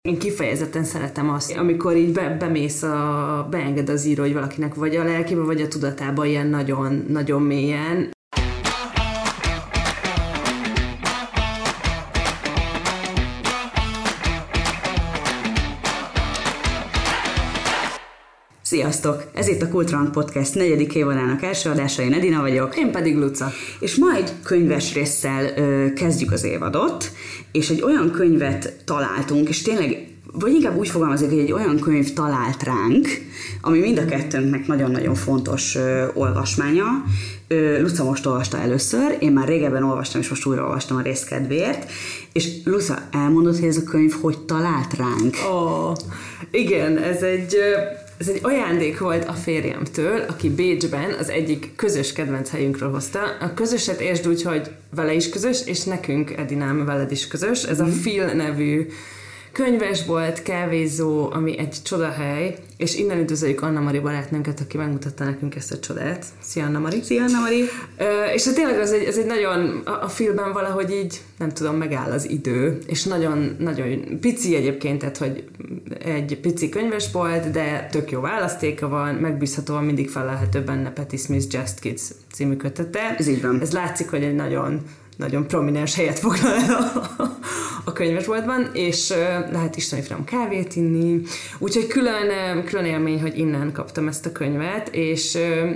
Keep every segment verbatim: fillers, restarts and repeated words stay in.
Én kifejezetten szeretem azt, amikor így be, bemész, a, beenged az író, hogy valakinek vagy a lelkébe, vagy a tudatába ilyen nagyon, nagyon mélyen. Sziasztok! Ez itt a Kultrang Podcast negyedik évadának első adása, én Edina vagyok. Én pedig Luca. És ma egy könyves résszel ö, kezdjük az évadot, és egy olyan könyvet találtunk, és tényleg, vagy inkább úgy fogalmazok, hogy egy olyan könyv talált ránk, ami mind a kettőnknek nagyon-nagyon fontos ö, olvasmánya. Ö, Luca most olvasta először, én már régebben olvastam, és most újra olvastam a rész kedvéért, és Luca, elmondod, hogy ez a könyv hogy talált ránk? Ó, oh, igen, ez egy... Ez egy ajándék volt a férjemtől, aki Bécsben az egyik közös kedvenc helyünkről hozta. A közöset értsd úgy, hogy vele is közös, és nekünk, Edinám, veled is közös. Ez a Phil nevű könyvesbolt, kávézó, ami egy csodahely, és innen üdvözöljük Anna Mari barátnőnket, aki megmutatta nekünk ezt a csodát. Szia, Anna Mari! Szia, Anna Mari! Ö, és hát tényleg az egy, az egy nagyon, a, a Philben valahogy így, nem tudom, megáll az idő, és nagyon, nagyon pici egyébként, tehát, hogy egy pici könyvesbolt, de tök jó választéka van, megbízhatóan mindig felelhető benne Patti Smith Just Kids című kötete. Ez így van. Ez látszik, hogy egy nagyon nagyon prominens helyet foglal el a, a könyvesboltban, és lehet isteni finom kávét inni, úgyhogy külön, külön élmény, hogy innen kaptam ezt a könyvet, és,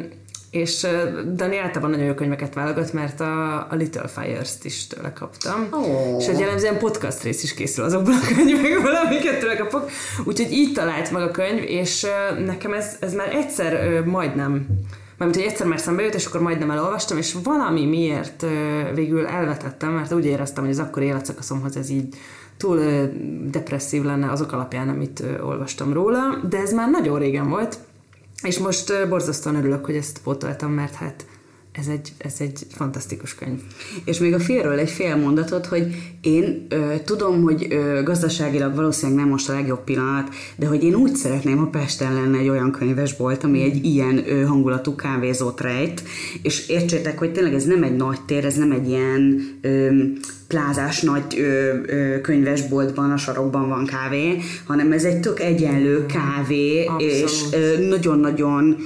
és Dani általában nagyon jó könyveket válogat, mert a, a Little Fires-t is tőle kaptam, oh. És egy jellemzően podcast rész is készül azokból a könyvekből, amiket tőle kapok, úgyhogy így talált meg a könyv, és nekem ez, ez már egyszer majdnem Mármint, hogy egyszer már szembe jött, és akkor majdnem elolvastam, és valami miért uh, végül elvetettem, mert úgy éreztem, hogy az akkori életszakaszomhoz ez így túl uh, depresszív lenne azok alapján, amit uh, olvastam róla, de ez már nagyon régen volt, és most uh, borzasztóan örülök, hogy ezt pótoltam, mert hát ez egy, ez egy fantasztikus könyv. És még a Philről egy fél mondatot, hogy én ö, tudom, hogy ö, gazdaságilag valószínűleg nem most a legjobb pillanat, de hogy én úgy szeretném, ha Pesten lenne egy olyan könyvesbolt, ami egy ilyen ö, hangulatú kávézót rejt, és értsétek, hogy tényleg ez nem egy nagy tér, ez nem egy ilyen ö, plázás nagy ö, ö, könyvesboltban, a sarokban van kávé, hanem ez egy tök egyenlő kávé, abszolút. És ö, nagyon-nagyon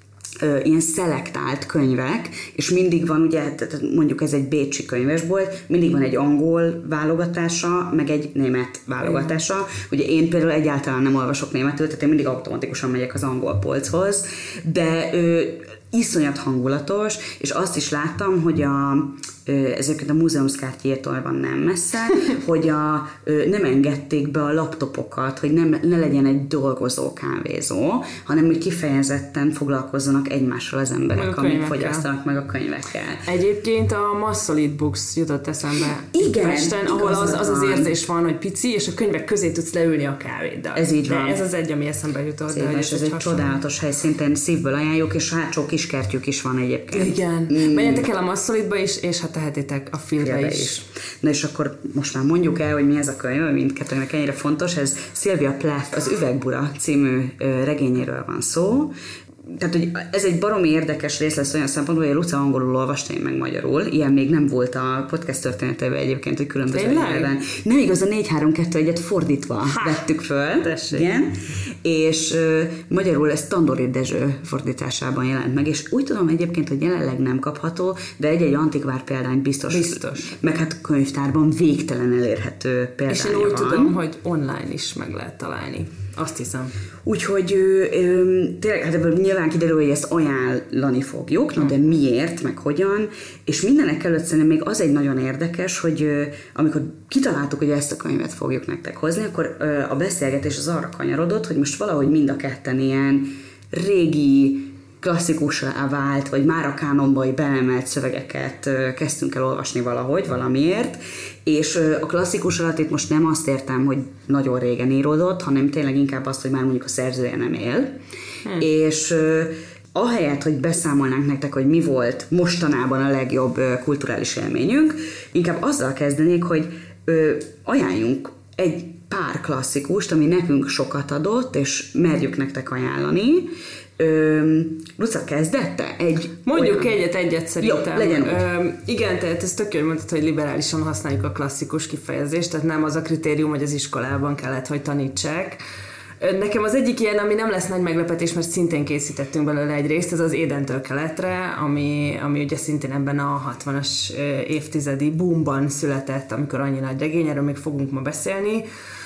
ilyen szelektált könyvek, és mindig van, ugye, mondjuk ez egy bécsi könyvesbolt, mindig van egy angol válogatása, meg egy német válogatása. Ugye én például egyáltalán nem olvasok németül, tehát én mindig automatikusan megyek az angol polchoz, de ö, iszonyat hangulatos, és azt is láttam, hogy a ezeket a múzeumszkártyétól van nem messze, hogy a, nem engedték be a laptopokat, hogy nem, ne legyen egy dolgozó kávézó, hanem hogy kifejezetten foglalkozzanak egymással az emberek, amik fogyasztanak meg a könyvekkel. Egyébként a Massolid Books jutott eszembe. Igen, Pesten, ahol az, az az érzés van, hogy pici, és a könyvek közé tudsz leülni a kávéddal. Ez így van. De ez az egy, ami eszembe jutott. Szépen, és ez egy hasonló. Csodálatos hely, szintén szívből ajánljuk, és hátsó kiskertjük is van egyébként. Igen. Mm. Menjetek el a Massolidba is, és hát tehetitek a Philbe is. is. Na és akkor most már mondjuk el, hogy mi ez a könyv, mindkettőnek ennyire fontos. Ez Sylvia Plath, az Üvegbura című regényéről van szó. Tehát, hogy ez egy baromi érdekes rész lesz olyan szempontból, hogy a Luca angolul olvasta, én meg magyarul. Ilyen még nem volt a podcast történetében egyébként, hogy különböző nyelven. Nem igaz, a négy három kettő egyet fordítva ha, vettük föl. Tessék. Igen. És uh, magyarul ez Tandori Dezső fordításában jelent meg, és úgy tudom egyébként, hogy jelenleg nem kapható, de egy-egy antikvár példány biztos. Biztos. Meg hát a könyvtárban végtelen elérhető példánya És én úgy van. tudom, hogy online is meg lehet találni. Azt hiszem. Úgyhogy tényleg, hát ebből nyilván kiderül, hogy ezt ajánlani fogjuk, no, de miért, meg hogyan, és mindenek előtt szerintem még az egy nagyon érdekes, hogy amikor kitaláltuk, hogy ezt a könyvet fogjuk nektek hozni, akkor a beszélgetés az arra kanyarodott, hogy most valahogy mind a ketten ilyen régi, klasszikussá vált, vagy már a kánonba beemelt szövegeket kezdtünk el olvasni valahogy, valamiért, és a klasszikus alatt itt most nem azt értem, hogy nagyon régen íródott, hanem tényleg inkább azt, hogy már mondjuk a szerzője nem él, hmm. és ahelyett, hogy beszámolnánk nektek, hogy mi volt mostanában a legjobb kulturális élményünk, inkább azzal kezdenék, hogy ajánljunk egy pár klasszikust, ami nekünk sokat adott, és merjük nektek ajánlani. Ö, Luca, kezdette? Egy Mondjuk olyan... egyet-egyet szerintem. Jó, legyen úgy. Ö, igen, tehát ez tök jól mondtad, hogy liberálisan használjuk a klasszikus kifejezést, tehát nem az a kritérium, hogy az iskolában kellett, hogy tanítsák. Nekem az egyik ilyen, ami nem lesz nagy meglepetés, mert szintén készítettünk belőle egy részt, ez az Édentől keletre, ami, ami ugye szintén ebben a hatvanas évtizedi boomban született, amikor annyi nagy regény, erről még fogunk ma beszélni.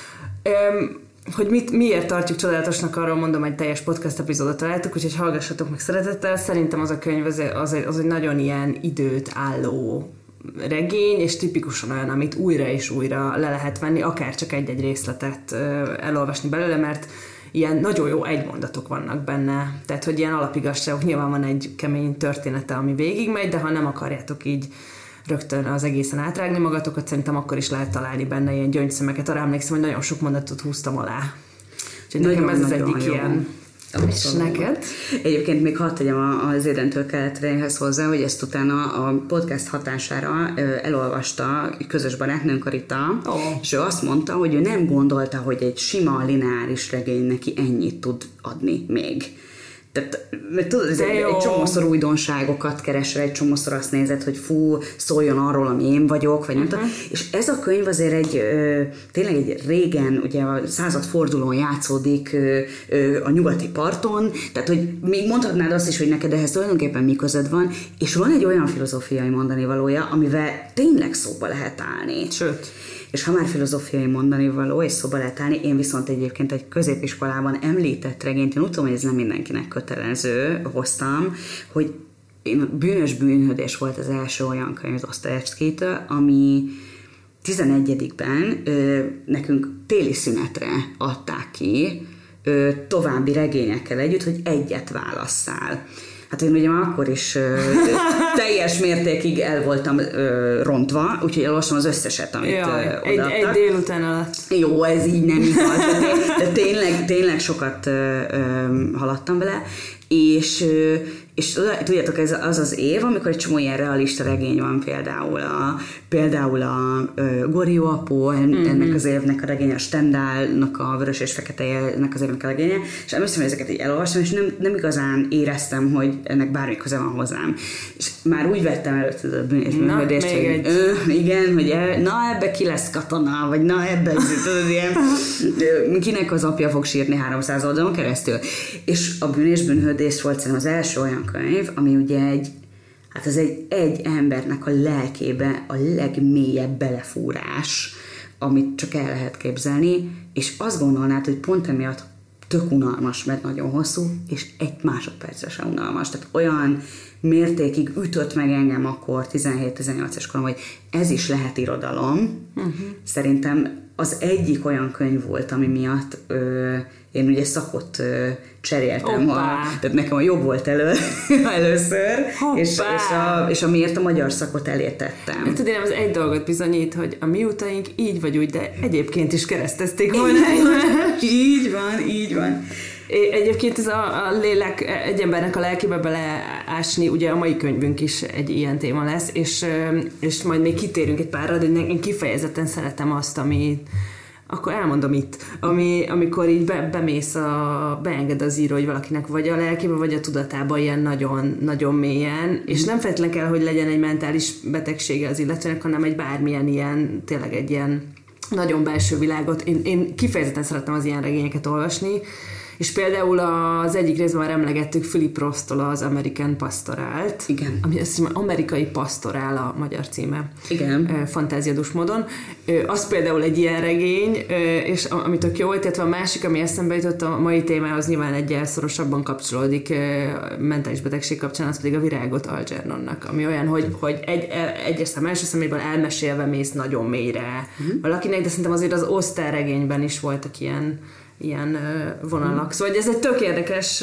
Hogy mit, miért tartjuk csodálatosnak, arról mondom, egy teljes podcast epizódot találtuk, úgyhogy hallgassatok meg szeretettel. Szerintem az a könyv az, az, az egy nagyon ilyen időt álló regény, és tipikusan olyan, amit újra és újra le lehet venni, akár csak egy-egy részletet elolvasni belőle, mert ilyen nagyon jó egymondatok vannak benne, tehát hogy ilyen alapigasságok, nyilván van egy kemény története, ami végigmegy, de ha nem akarjátok így rögtön az egészen átrágni magatokat, szerintem akkor is lehet találni benne ilyen gyöngyszemeket. Arra emlékszem, hogy nagyon sok mondatot húztam alá. Úgyhogy nagyon, nekem ez az egyik jó. Ilyen. És neked? Egyébként még hadd tegyem az Édentől keletrehez hozzá, hogy ezt utána a podcast hatására elolvasta közös barátnőnk, a Rita, oh. és ő azt mondta, hogy ő nem gondolta, hogy egy sima lineáris regény neki ennyit tud adni még. Tehát, mert tudod, ez egy, egy csomószor újdonságokat keresel, egy csomószor azt nézed, hogy fú, szóljon arról, ami én vagyok, vagy nem uh-huh. tudom. És ez a könyv azért egy, ö, tényleg egy régen, ugye a századfordulón játszódik ö, ö, a nyugati parton, tehát, hogy még mondhatnád azt is, hogy neked ehhez tulajdonképpen mi közöd van, és van egy olyan filozófiai mondani valója, amivel tényleg szóba lehet állni. Sőt. És ha már filozófiai mondani való, és szóba lehet állni, én viszont egyébként egy középiskolában említett regényt, én úgy tudom, hogy ez nem mindenkinek kötelező, hoztam, hogy én Bűnös bűnhődés volt az első olyan könyv Dostoyevszkijtől, ami tizenegyedikben ö, nekünk téli szünetre adták ki, ö, további regényekkel együtt, hogy egyet válasszál. Hát én ugye már akkor is ö, teljes mértékig el voltam ö, rontva, úgyhogy elolvastam az összeset, amit Jaj, ö, egy, egy délután alatt. Jó, ez így nem igaz, de, de tényleg, tényleg sokat ö, ö, haladtam vele, és, ö, és tudjátok, ez az az év, amikor egy csomó ilyen realista regény van, például a, például a ö, Gorió apó, mm-hmm. ennek az évnek a regénye, a Stendhalnak a Vörös és Feketeje-nek az évnek a regénye, és emlékszem, hogy ezeket így elolvastam, és nem, nem igazán éreztem, hogy ennek bármi köze van hozzám. És már úgy vettem előtt a Bűn és bűnhődést, hogy egy... ö, igen, hogy e, na ebbe ki lesz katona, vagy na ebbe, tudod, ilyen, kinek az apja fog sírni háromszáz oldalon keresztül. És a Bűn és bűnhődés volt szerintem az első olyan könyv, ami ugye egy, hát az egy, egy embernek a lelkébe a legmélyebb belefúrás, amit csak el lehet képzelni, és azt gondolnád, hogy pont emiatt tök unalmas, mert nagyon hosszú, és egy másodpercre sem unalmas. Tehát olyan mértékig ütött meg engem akkor tizenhét-tizennyolc-es korom, hogy ez is lehet irodalom. Uh-huh. Szerintem az egyik olyan könyv volt, ami miatt ö, én ugye szakot ö, cseréltem, ha, tehát nekem a jobb volt elő, először, és, és, a, és amiért a magyar szakot elértettem. Hát tudod, az egy dolgot bizonyít, hogy a mi utaink így vagy úgy, de egyébként is keresztezték volna. Így van, így van. Egyébként ez a, a lélek, egy embernek a lelkébe beleásni, ugye a mai könyvünk is egy ilyen téma lesz, és, és majd még kitérünk egy párra, de én kifejezetten szeretem azt, amit akkor elmondom itt, ami, amikor így be, bemész, a, beenged az író, hogy valakinek vagy a lelkébe, vagy a tudatába ilyen nagyon, nagyon mélyen, és nem feltétlenül kell, hogy legyen egy mentális betegsége az illetőnek, hanem egy bármilyen ilyen, tényleg egy ilyen nagyon belső világot. Én, én kifejezetten szeretem az ilyen regényeket olvasni, és például az egyik részben már emlegettük Philip Ross-tól az American Pastorált. Igen. Ami azt hiszem, amerikai pastorál a magyar címe. Igen. Fantáziadús módon. Az például egy ilyen regény, és amit tök jó volt, illetve a másik, ami eszembe jutott a mai témához, nyilván egyel szorosabban kapcsolódik mentális betegség kapcsán, az pedig a Virágot Algernonnak, ami olyan, hogy, hogy egy, egyes szám első szeméből elmesélve mész nagyon mélyre uh-huh. valakinek, de szerintem azért az Oszter regényben is voltak ilyen ilyen vonalak. Szóval ez egy tök érdekes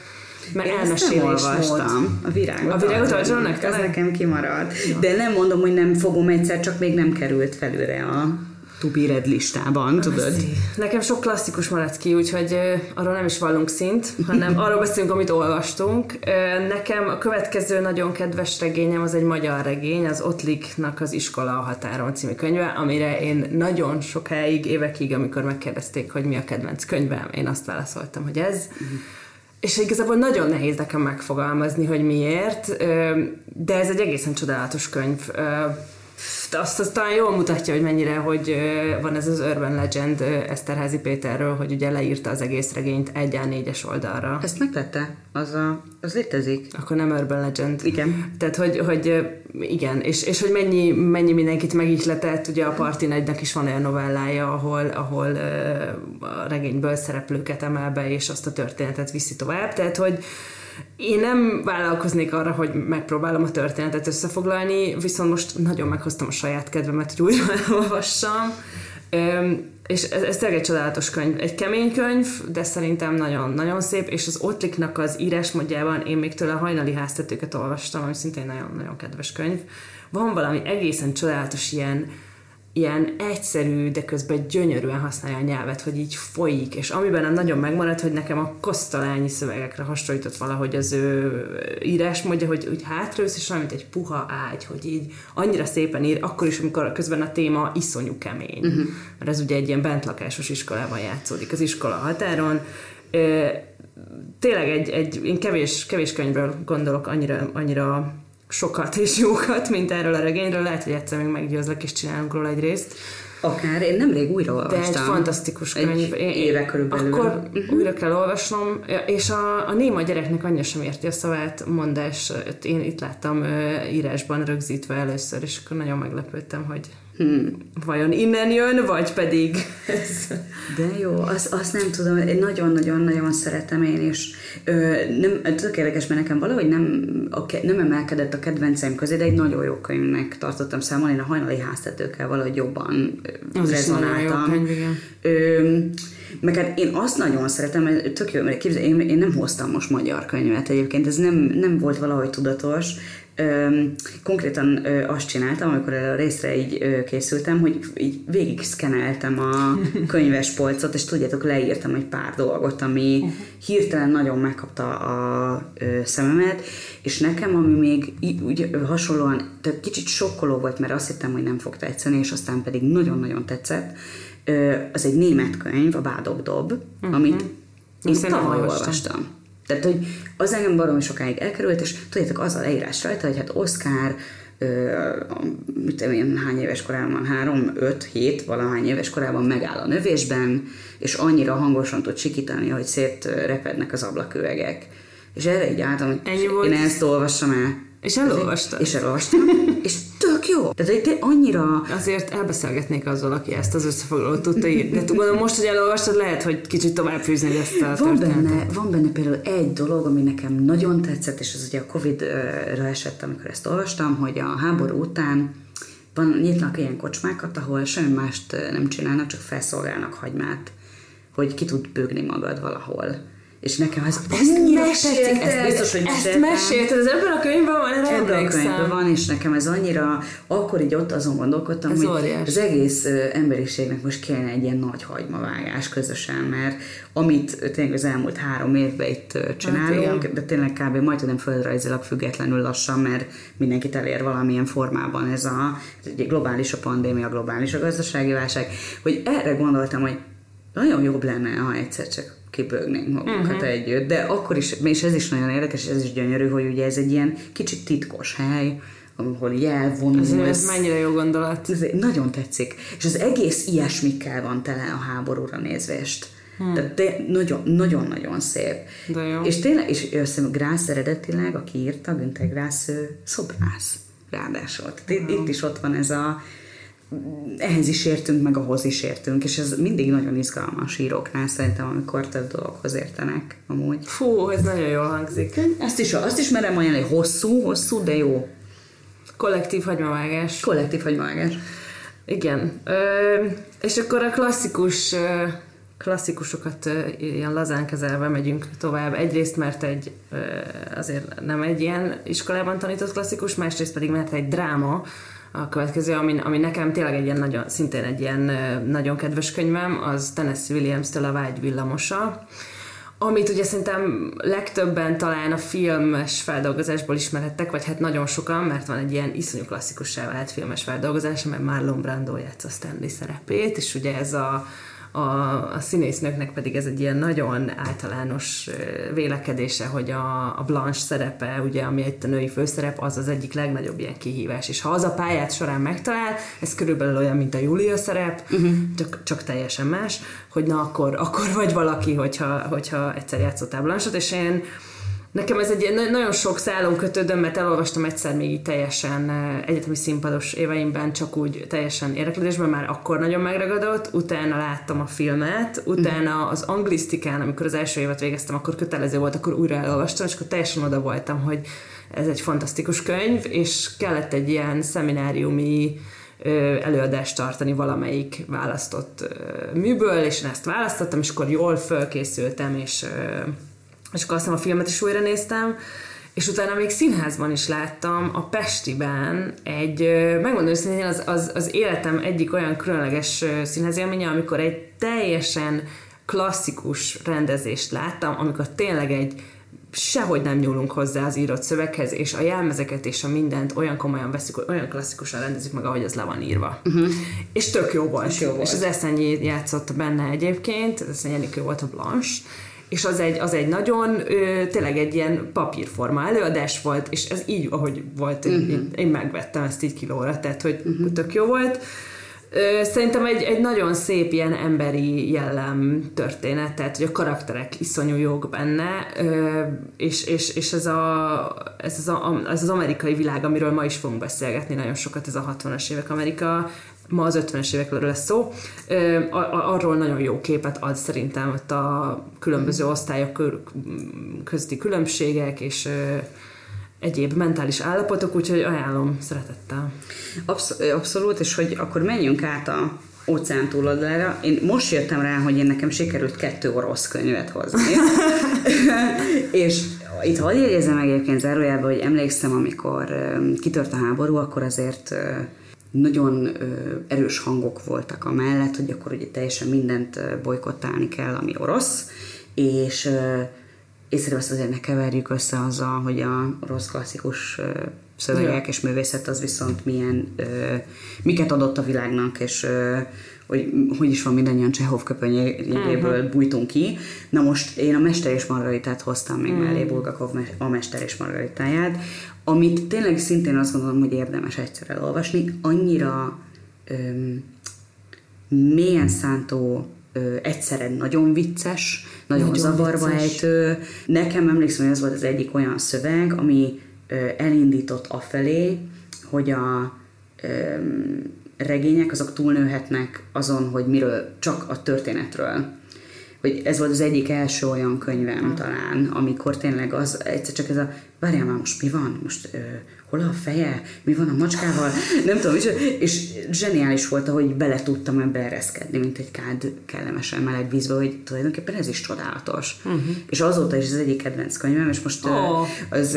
elmesélés volt. A Virágot. A Virágot Algernonnak? Ez nekem kimaradt. Ja. De nem mondom, hogy nem fogom egyszer, csak még nem került felőre a... to be read listában, tudod? Nekem sok klasszikus maradt ki, úgyhogy uh, arról nem is vallunk szint, hanem arról beszélünk, amit olvastunk. Uh, nekem a következő nagyon kedves regényem az egy magyar regény, az Ottliknak az Iskola a határon című könyve, amire én nagyon sokáig, évekig, amikor megkérdezték, hogy mi a kedvenc könyvem, én azt válaszoltam, hogy ez. Uh-huh. És igazából nagyon nehéz nekem megfogalmazni, hogy miért, de ez egy egészen csodálatos könyv. Azt, azt talán jól mutatja, hogy mennyire, hogy van ez az urban legend Eszterházy Péterről, hogy ugye leírta az egész regényt egy á négyes oldalra. Ezt megtette? Az, a, az létezik? Akkor nem urban legend. Igen. Tehát, hogy, hogy igen, és, és hogy mennyi, mennyi mindenkit megihletett, ugye a Parti Nagynak is van olyan novellája, ahol, ahol a regényből szereplőket emel be, és azt a történetet viszi tovább. Tehát, hogy én nem vállalkoznék arra, hogy megpróbálom a történetet összefoglalni, viszont most nagyon meghoztam a saját kedvemet, hogy újra elolvassam. És ez, ez tényleg egy csodálatos könyv. Egy kemény könyv, de szerintem nagyon-nagyon szép, és az Ottliknak az írásmódjában én még tőle a Hajnali háztetőket olvastam, ami szintén nagyon-nagyon kedves könyv. Van valami egészen csodálatos ilyen ilyen egyszerű, de közben gyönyörűen használja a nyelvet, hogy így folyik, és amiben nem nagyon megmaradt, hogy nekem a kosztolányi szövegekre hasonlított valahogy az ő írásmódja, hogy úgy hátraülsz, és olyan, mint egy puha ágy, hogy így annyira szépen ír, akkor is, amikor közben a téma iszonyú kemény. Uh-huh. Mert ez ugye egy ilyen bentlakásos iskolában játszódik, az iskola határon. Tényleg egy, egy én kevés, kevés könyvről gondolok annyira, annyira sokat és jókat, mint erről a regényről. Lehet, hogy egyszer még meggyőzlek, és csinálunk róla egy részt. Akár, én nemrég újra olvastam. De egy fantasztikus könyv. Egy éve körülbelül. Akkor uh-huh. újra kell olvasnom, és a, a néma gyereknek annyira sem érti a szavát, mondás, én itt láttam uh, írásban rögzítve először, és akkor nagyon meglepődtem, hogy hmm. vajon innen jön, vagy pedig ez. De jó, azt, azt nem tudom, én nagyon-nagyon-nagyon szeretem én is. Ö, nem, tök érdekes, mert nekem valahogy nem, a, nem emelkedett a kedvenceim közé, de egy nagyon jó könyvnek tartottam számon, én a Hajnali háztetőkkel valahogy jobban az rezonáltam. Ö, meg hát én azt nagyon szeretem, mert tök jó, mert képzel, én, én nem hoztam most magyar könyvet egyébként, ez nem, nem volt valahogy tudatos. Ö, konkrétan ö, azt csináltam, amikor a részre így ö, készültem, hogy így végig szkeneltem a könyvespolcot, és tudjátok, leírtam egy pár dolgot, ami uh-huh. hirtelen nagyon megkapta a ö, szememet, és nekem, ami még úgy hasonlóan, tehát kicsit sokkoló volt, mert azt hittem, hogy nem fog tetszeni, és aztán pedig nagyon-nagyon tetszett, ö, az egy német könyv, a Bádog-dob, uh-huh. amit én tavaly olvastam. Tehát, hogy az engem baromi sokáig elkerült, és tudjátok, az a leírás rajta, hogy hát Oscar, ö, mit tudom én, hány éves korában, három, öt, hét, valahány éves korában megáll a növésben, és annyira hangosan tud sikítani, hogy szétrepednek az ablaküvegek. És erre így álltam, hogy én ezt olvassam el. És elolvastad? És elolvastam, és tök jó. Tehát hogy annyira... Azért elbeszélgetnék azzal, aki ezt az összefoglalót tudta írni. De tudom, most, hogy elolvastad, lehet, hogy kicsit tovább fűzni ezt a van benne, van benne például egy dolog, ami nekem nagyon tetszett, és ez ugye a Covid-ra esett, amikor ezt olvastam, hogy a háború után van, nyitnak ilyen kocsmákat, ahol semmi mást nem csinálnak, csak felszolgálnak hagymát, hogy ki tud bőgni magad valahol. És nekem ez annyira tetszik, ezt biztos, hogy ezt mesélted, ez ebben a könyvben van, erre ebben a könyvben van, és nekem ez annyira, akkor így ott azon gondolkodtam, ez hogy óriás. Az egész emberiségnek most kellene egy ilyen nagy hagymavágás közösen, mert amit tényleg az elmúlt három évben itt csinálunk, hát, de tényleg kb. Majdnem földrajzilag függetlenül lassan, mert mindenkit elér valamilyen formában ez a ez globális a pandémia, globális a gazdasági válság, hogy erre gondoltam, hogy nagyon jobb lenne, ha egyszer csak kibőgnénk magunkat uh-huh. együtt, de akkor is, és ez is nagyon érdekes, ez is gyönyörű, hogy ugye ez egy ilyen kicsit titkos hely, ahol így elvonulsz. Ez mennyire jó gondolat. Ez nagyon tetszik. És az egész ilyesmikkel van tele a háborúra nézvést. Hmm. Tehát nagyon-nagyon szép. De jó. És tényleg, és összem Grász eredetileg, aki írta, Günter Grász, szobrász ráadásul. Tehát itt is ott van ez a ehhez is értünk, meg ahhoz is értünk, és ez mindig nagyon izgalmas íróknál szerintem, amikor több dologhoz értenek amúgy. Fú, ez nagyon jól hangzik. Azt is, azt is merem ajánlani, hosszú, hosszú, de jó. Kollektív hagymavágás. Kollektív hagymavágás. Igen. Ö, és akkor a klasszikus klasszikusokat ilyen lazán kezelve megyünk tovább. Egyrészt, mert egy azért nem egy ilyen iskolában tanított klasszikus, másrészt pedig, mert egy dráma, a következő, ami, ami nekem tényleg egy ilyen nagyon, szintén egy ilyen nagyon kedves könyvem, az Tennessee Williams-től a Vágy villamosa, amit ugye szerintem legtöbben talán a filmes feldolgozásból ismerhettek, vagy hát nagyon sokan, mert van egy ilyen iszonyú klasszikussá vált filmes feldolgozás, amely Marlon Brando játsza Stanley szerepét, és ugye ez a A, a színésznőknek pedig ez egy ilyen nagyon általános vélekedése, hogy a, a Blanche szerepe, ugye, ami egy a női főszerep, az az egyik legnagyobb ilyen kihívás. És ha az a pályát során megtalál, ez körülbelül olyan, mint a Julia szerep, uh-huh. csak, csak teljesen más, hogy na akkor, akkor vagy valaki, hogyha, hogyha egyszer játszottál Blanche-ot, és én nekem ez egy nagyon sok szálon kötődöm, mert elolvastam egyszer még így teljesen egyetemi színpados éveimben, csak úgy teljesen érdeklődésben, már akkor nagyon megragadott, utána láttam a filmet, utána az anglisztikán, amikor az első évet végeztem, akkor kötelező volt, akkor újra elolvastam, és akkor teljesen oda voltam, hogy ez egy fantasztikus könyv, és kellett egy ilyen szemináriumi előadást tartani valamelyik választott műből, és én ezt választottam, és akkor jól fölkészültem, és és akkor aztán a filmet is újra néztem, és utána még színházban is láttam, a Pestiben egy, megmondom őszintén, az, az, az életem egyik olyan különleges színházélménye, amikor egy teljesen klasszikus rendezést láttam, amikor tényleg egy sehogy nem nyúlunk hozzá az írott szöveghez, és a jelmezeket és a mindent olyan komolyan veszik, olyan klasszikusan rendezik meg, ahogy az le van írva. Uh-huh. És tök jó volt. És, jó volt. És az Eszenyi játszott benne egyébként, az Eszenyi Enikő volt a Blanche, és az egy, az egy nagyon, ö, tényleg egy ilyen papírforma előadás volt, és ez így, ahogy volt, uh-huh. én, én megvettem ezt így kilóra, tehát, hogy uh-huh. tök jó volt. Ö, szerintem egy, egy nagyon szép ilyen emberi jellem történet, tehát, hogy a karakterek iszonyú jók benne, ö, és, és, és ez, a, ez, az a, ez az amerikai világ, amiről ma is fogunk beszélgetni nagyon sokat, ez a hatvanas évek Amerika, ma az ötvenes évekről lesz szó, arról nagyon jó képet ad szerintem ott a különböző osztályok közti különbségek és egyéb mentális állapotok, úgyhogy ajánlom szeretettel. Absz- abszolút, és hogy akkor menjünk át a óceán túloldalára. Én most jöttem rá, hogy én nekem sikerült kettő orosz könyvet hozni. És itt hadd jegyezem meg egyébként zárójelben, hogy emlékszem, amikor kitört a háború, akkor azért nagyon ö, erős hangok voltak amellett, hogy akkor ugye teljesen mindent bojkottálni kell, ami orosz, és ö, észre azt azért ne keverjük össze azzal, hogy a orosz klasszikus ö, szövegek ja. és művészet az viszont milyen, ö, miket adott a világnak, és ö, hogy, hogy is van, mindannyian Csehov köpenyéből uh-huh. bújtunk ki. Na most én a Mester és Margaritát hoztam még uh-huh. mellé, Bulgakov a Mester és Margaritáját, amit tényleg szintén azt gondolom, hogy érdemes egyszer elolvasni, annyira öm, mélyen szántó, ö, egyszerre nagyon vicces, nagyon, nagyon zavarba vicces. ejtő. Nekem emlékszem, hogy ez volt az egyik olyan szöveg, ami ö, elindított afelé, hogy a öm, regények azok túlnőhetnek azon, hogy miről, csak a történetről. Hogy ez volt az egyik első olyan könyvem ah. talán, amikor tényleg az egyszer csak ez a várjál már, most mi van? Most ö, hol a feje? Mi van a macskával? Nem tudom, és, és zseniális volt, ahogy bele tudtam ebbe ereszkedni, mint egy kád kellemesen meleg vízbe, hogy tulajdonképpen ez is csodálatos. Uh-huh. És azóta is az egyik kedvenc könyvem, és most oh. az,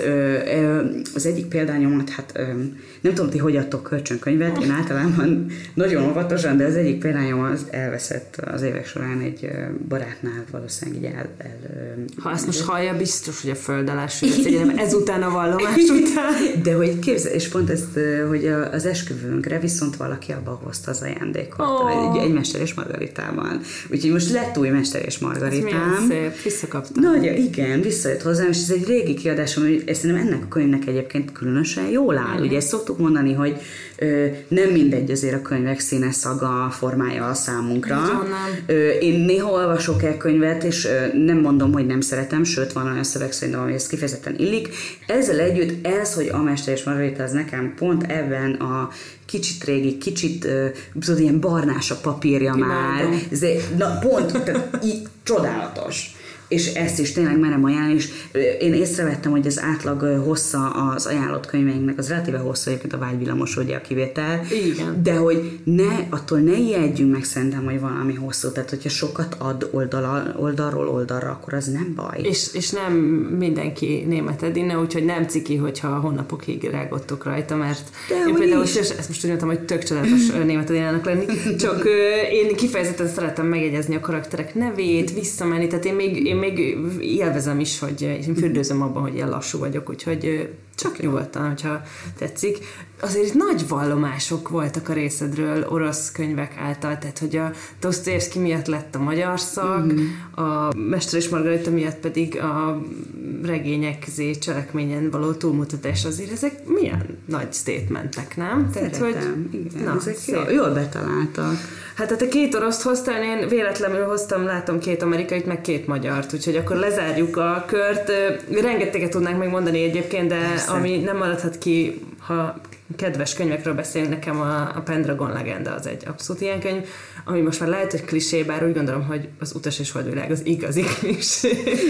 az egyik példányomat, hát nem tudom, ti hogy adtok kölcsönkönyvet, én általában nagyon óvatosan, de az egyik példányom az elveszett az évek során egy barátnál, valószínűleg így el... el ha ezt most hallja, biztos, hogy a földelás, ezután a vallomás után. De hogy képzel, és pont ezt, hogy az esküvőnkre viszont valaki abba hozta az ajándékot, oh. egy, egy Mester és Margaritában. Úgyhogy most lett új Mester és Margaritám. Ez milyen szép, visszakaptam. Nagyon, igen, visszajött hozzám, és ez egy régi kiadásom, hogy szerintem ennek a könyvnek egyébként különösen jól áll. Mm. Ugye ezt szoktuk mondani, hogy ö, nem mindegy azért a könyvek színe, szaga, formája a számunkra. Ö, én néha olvasok el könyvet, és ö, nem mondom, hogy nem szeretem, sőt van olyan szöveg szerintem, ami ezt kifejezetten illik. Ezzel együtt ez, hogy a Mester és Margarita, az nekem pont ebben a kicsit régi, kicsit uh, ilyen barnás a papírja már. Ez, na pont, tehát, így, csodálatos. és ezt is tényleg merem ajánlani, és én észrevettem, hogy az átlag hossza az ajánlott könyveinknek, az relatíve hosszú, egyébként a Vágyvillamos ugye a kivétel, igen. De hogy ne, attól ne ijedjünk meg szerintem, hogy valami hosszú, tehát hogyha sokat ad oldala, oldalról oldalra, akkor az nem baj. És, és nem mindenki német edinne, úgyhogy nem ciki, hogyha hónapokig rágottok rajta, mert de én például, és ezt most úgy mondtam, hogy tök csodálatos német edinának lenni, csak én kifejezetten szeretem megjegyezni a karakterek nevét, visszamenni, tehát én még, én még élvezem is, hogy én fürdőzöm abban, hogy ilyen lassú vagyok, úgyhogy csak nyugodtan, hogyha tetszik. Azért itt nagy vallomások voltak a részedről orosz könyvek által, tehát hogy a Dostoyevsky miatt lett a magyar szak, mm-hmm. a Mester és Margarita miatt pedig a regények zé cselekményen való túlmutatás, azért ezek milyen nagy statementek, nem? Tehát, hogy, igen, na, ezek jól, jól betaláltak. Hát ha te két oroszt hoztál, én véletlenül hoztam, látom két amerikait, meg két magyart, úgyhogy akkor lezárjuk a kört. Rengeteget tudnánk még mondani egyébként, de persze. Ami nem maradhat ki, ha kedves könyvekről beszélünk, nekem a, a Pendragon legenda az egy abszolút ilyen könyv, ami most már lehet, hogy klisé, bár úgy gondolom, hogy az Utas és Holdvilág az igazi klisé.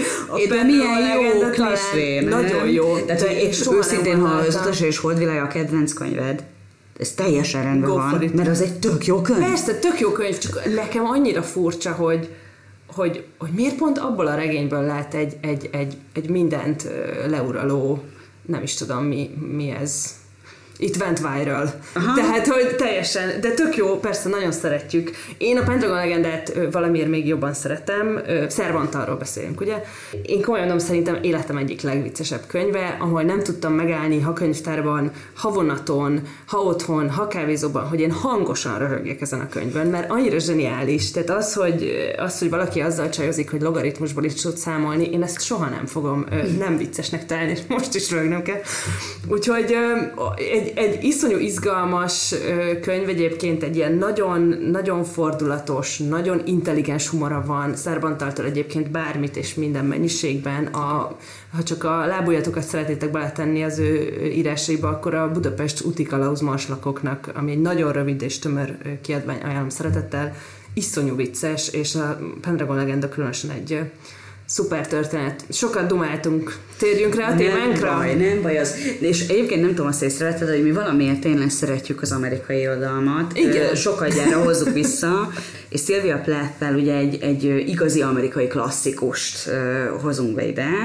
De milyen jó klisé, nagyon jó. Tehát őszintén, ha az Utas és Holdvilág a kedvenc könyved, ez teljesen rendben Go van, mert az egy tök jó könyv. Persze, tök jó könyv, csak nekem annyira furcsa, hogy, hogy, hogy miért pont abból a regényből lát egy, egy, egy, egy mindent leuraló, nem is tudom mi, mi ez. Itt went viral. Aha. Tehát, hogy teljesen, de tök jó, persze nagyon szeretjük. Én a Pendragon legendát valamiért még jobban szeretem. Cervantalról beszélünk, ugye? Én komolyan mondom, szerintem életem egyik legviccesebb könyve, ahol nem tudtam megállni, ha könyvtárban, ha vonaton, ha otthon, ha kávézóban, hogy én hangosan röhögjek ezen a könyvben, mert annyira zseniális. Tehát az, hogy, az, hogy valaki azzal csajozik, hogy logaritmusból is tud számolni, én ezt soha nem fogom nem viccesnek találni, és most is röhögnöm kell. Úgyhogy egy Egy iszonyú izgalmas könyv, egyébként egy ilyen nagyon, nagyon fordulatos, nagyon intelligens humora van, Szerbantaltól egyébként bármit és minden mennyiségben. A, ha csak a lábujjatokat szeretnétek beletenni az ő írásaiba, akkor a Budapest úti kalauz marslakoknak, ami egy nagyon rövid és tömör kiadvány, ajánlom szeretettel, iszonyú vicces, és a Pendragon legenda különösen egy szuper történet. Sokat dumáltunk. Térjünk rá a témánkra? Nem baj, nem baj az. És egyébként nem tudom, azt észrevetted, hogy mi valamiért tényleg szeretjük az amerikai irodalmat. Igen. Sokat gyára hozzuk vissza, és Sylvia Plath-tel ugye egy, egy igazi amerikai klasszikust uh, hozunk be ide.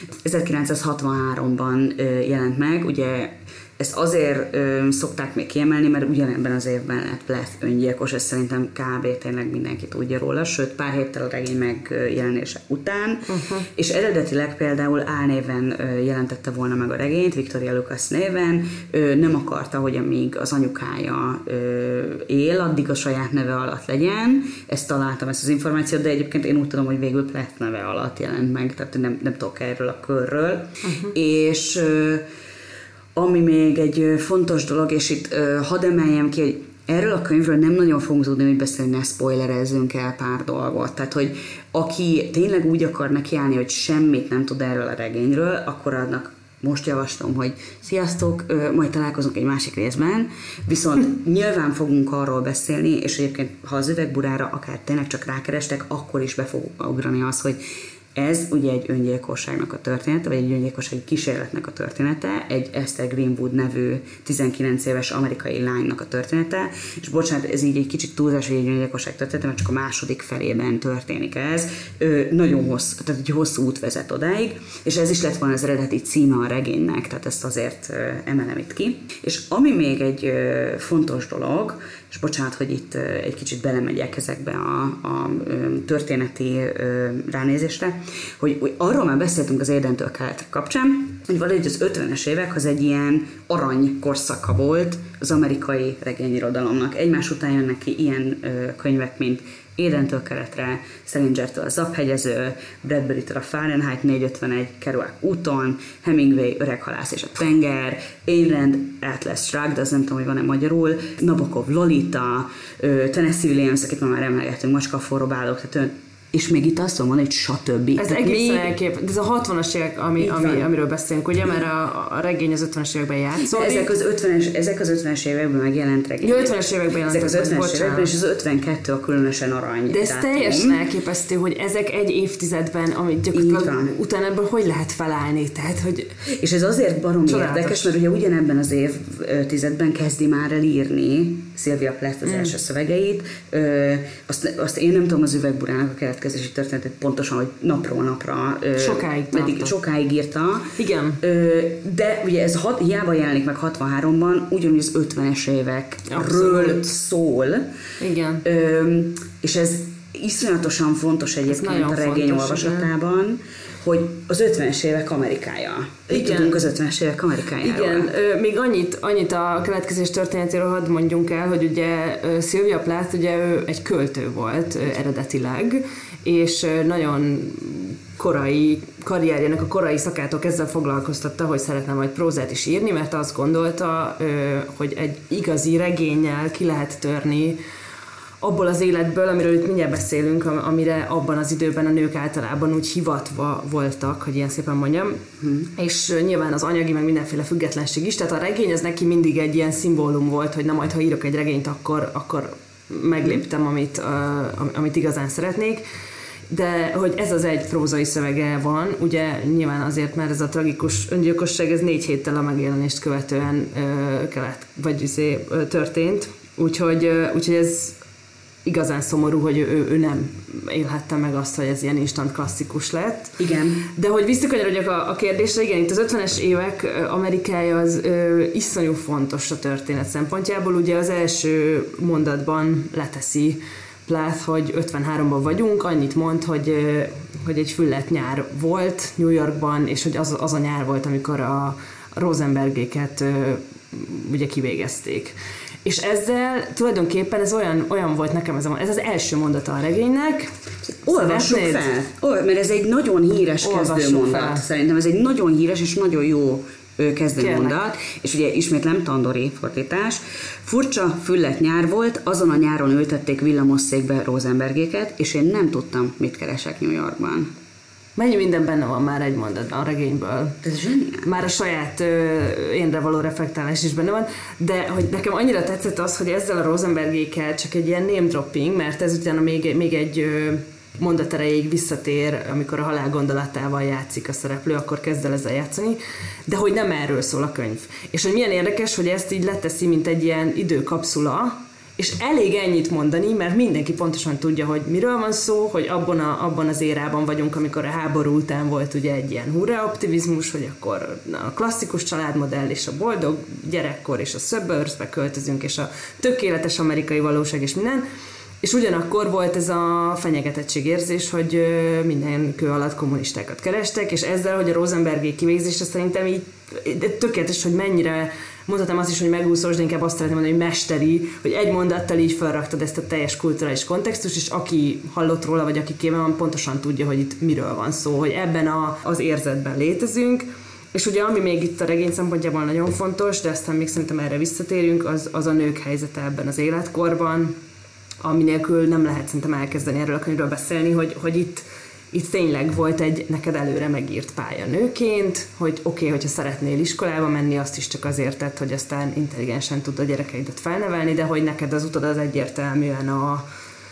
ezerkilencszázhatvanháromban uh, jelent meg, ugye ezt azért ö, szokták még kiemelni, mert ugyanebben az évben lett Plath öngyilkos, ezt szerintem kb. Tényleg mindenki tudja róla, sőt pár héttel a regény megjelenése után, uh-huh. és eredetileg például álnéven ö, jelentette volna meg a regényt, Victoria Lucas néven, ö, nem akarta, hogy amíg az anyukája ö, él, addig a saját neve alatt legyen, ezt találtam, ezt az információt, de egyébként én úgy tudom, hogy végül Plath neve alatt jelent meg, tehát nem, nem tudok erről a körről, uh-huh. és ö, ami még egy fontos dolog, és itt uh, hadd emeljem ki, hogy erről a könyvről nem nagyon fogunk tudni úgy beszélni, ne spoilerezzünk el pár dolgot. Tehát, hogy aki tényleg úgy akar nekiállni, hogy semmit nem tud erről a regényről, akkor annak most javaslom, hogy sziasztok, uh, majd találkozunk egy másik részben, viszont nyilván fogunk arról beszélni, és egyébként, ha az üvegburára akár tényleg csak rákerestek, akkor is be fog ugrani az, hogy ez ugye egy öngyilkosságnak a története, vagy egy öngyilkossági kísérletnek a története, egy Esther Greenwood nevű tizenkilenc éves amerikai lánynak a története, és bocsánat, ez így egy kicsit túlzás, hogy egy öngyilkosság története, mert csak a második felében történik ez. Ö, nagyon hosszú, tehát egy hosszú út vezet odáig, és ez is lett volna az eredeti címe a regénynek, tehát ezt azért ö, emelem itt ki. És ami még egy ö, fontos dolog, és bocsánat, hogy itt ö, egy kicsit belemegyek ezekbe a, a ö, történeti ö, ránézésre, Hogy, hogy arról már beszéltünk az Édentől keletre kapcsán, hogy valahogy az ötvenes évek az egy ilyen arany korszaka volt az amerikai regényirodalomnak. Egymás után jönnek ki ilyen ö, könyvek, mint Édentől keletre, Salingertől a Zaphegyező, Bradbury-től a Fahrenheit négyszázötvenegy, Kerouac úton, Hemingway, Öreg halász és a tenger, Ayn Rand, Atlas Shrugged, az nem tudom, hogy van-e magyarul, Nabokov, Lolita, Tennessee Williams, akit már emlegettünk, Macska forró bálok, tehát és még itt azt mondom, hogy stb. Ez egészen még... elkép, ez a hatvanas évek, ami, ami, amiről beszélünk, ugye, mert a, a regény az ötvenes években játszódik. Ezek az ötvenes, ezek az ötvenes években megjelent regény. Ja, ötvenes években jelentek. Ezek az ötvenes években, és az ötvenkettő a különösen arany. De ez dátum. Teljesen elképesztő, hogy ezek egy évtizedben, amit gyakorlatilag utána ebből hogy lehet felállni, tehát, hogy... És ez azért barom érdekes, mert ugye ugyanebben az évtizedben kezdi már el írni Sylvia Plath az mm. első szövegeit. Ö, azt, azt én nem tudom az Üvegburának a keletkezési történetet pontosan, hogy napról napra ö, sokáig, meddig, sokáig írta. Igen. Ö, de ugye ez hat, hiába jelenik meg hatvanháromban, ugyanúgy az ötvenes évekről Abszolút. szól. Igen. Ö, és ez iszonyatosan fontos egyébként a regény fontos, olvasatában, igen. hogy az ötvenes évek Amerikája. Így tudunk az ötvenes évek Amerikájáról. Igen, ö, még annyit, annyit a keletkezés történetéről hadd mondjunk el, hogy ugye Sylvia Plath, ugye ő egy költő volt ö, eredetileg, és ö, nagyon korai karrierjének a korai szakától kezdve foglalkoztatta, hogy szeretne majd prózát is írni, mert azt gondolta, ö, hogy egy igazi regénnyel ki lehet törni abból az életből, amiről itt mindjárt beszélünk, amire abban az időben a nők általában úgy hivatva voltak, hogy ilyen szépen mondjam, hmm. és nyilván az anyagi, meg mindenféle függetlenség is, tehát a regény ez neki mindig egy ilyen szimbólum volt, hogy na majd, ha írok egy regényt, akkor, akkor megléptem, amit, uh, amit igazán szeretnék, de hogy ez az egy prózai szövege van, ugye nyilván azért, mert ez a tragikus öngyilkosság, ez négy héttel a megjelenést követően uh, kellett, vagy izé, uh, történt, úgyhogy, uh, úgyhogy ez igazán szomorú, hogy ő, ő nem élhette meg azt, hogy ez ilyen instant klasszikus lett. Igen. De hogy visszakanyarodjak a, a kérdésre, igen, itt az ötvenes évek Amerikája az ö, iszonyú fontos a történet szempontjából. Ugye az első mondatban leteszi Plath, hogy ötvenháromban vagyunk, annyit mond, hogy, ö, hogy egy füllet nyár volt New Yorkban, és hogy az, az a nyár volt, amikor a Rosenbergéket ö, ugye kivégezték. És ezzel tulajdonképpen ez olyan, olyan volt nekem, ez, a, ez az első mondata a regénynek. Olvassuk fel, Ol, mert ez egy nagyon híres kezdőmondat. Fel. Szerintem ez egy nagyon híres és nagyon jó kezdőmondat. És ugye ismétlem Tandori fordítás. Furcsa, füllet nyár volt, azon a nyáron ültették villamosszékbe Rosenbergéket, és én nem tudtam, mit keresek New Yorkban. Mennyi minden benne van már egy mondatban a regényből. Ez zseniál. Már a saját ö, énre való reflektálás is benne van, de hogy nekem annyira tetszett az, hogy ezzel a Rosenbergékkel csak egy ilyen name dropping, mert ez utána még, még egy ö, mondat erejéig visszatér, amikor a halál gondolatával játszik a szereplő, akkor kezd el ezzel játszani, de hogy nem erről szól a könyv. És hogy milyen érdekes, hogy ezt így leteszi, mint egy ilyen időkapszula, és elég ennyit mondani, mert mindenki pontosan tudja, hogy miről van szó, hogy abban, a, abban az érában vagyunk, amikor a háború után volt ugye egy ilyen hurrá optimizmus, hogy akkor a klasszikus családmodell és a boldog gyerekkor és a suburbsbe költözünk, és a tökéletes amerikai valóság és minden, és ugyanakkor volt ez a fenyegetettségérzés, hogy minden kő alatt kommunistákat kerestek, és ezzel, hogy a Rosenbergék kivégzése szerintem így tökéletes, hogy mennyire mondhatom azt is, hogy megúszós, de inkább azt szeretném mondani, hogy mesteri, hogy egy mondattal így felraktad ezt a teljes kulturális kontextust, és aki hallott róla, vagy aki képen van, pontosan tudja, hogy itt miről van szó, hogy ebben a, az érzetben létezünk. És ugye ami még itt a regény szempontjából nagyon fontos, de aztán még szerintem erre visszatérünk, az, az a nők helyzete ebben az életkorban, ami nélkül nem lehet szerintem elkezdeni erről a könyvről beszélni, hogy, hogy itt Itt tényleg volt egy neked előre megírt pálya nőként, hogy oké, okay, hogyha szeretnél iskolába menni, azt is csak azért tett, hogy aztán intelligensen tud a gyerekeidet felnevelni, de hogy neked az utad az egyértelműen a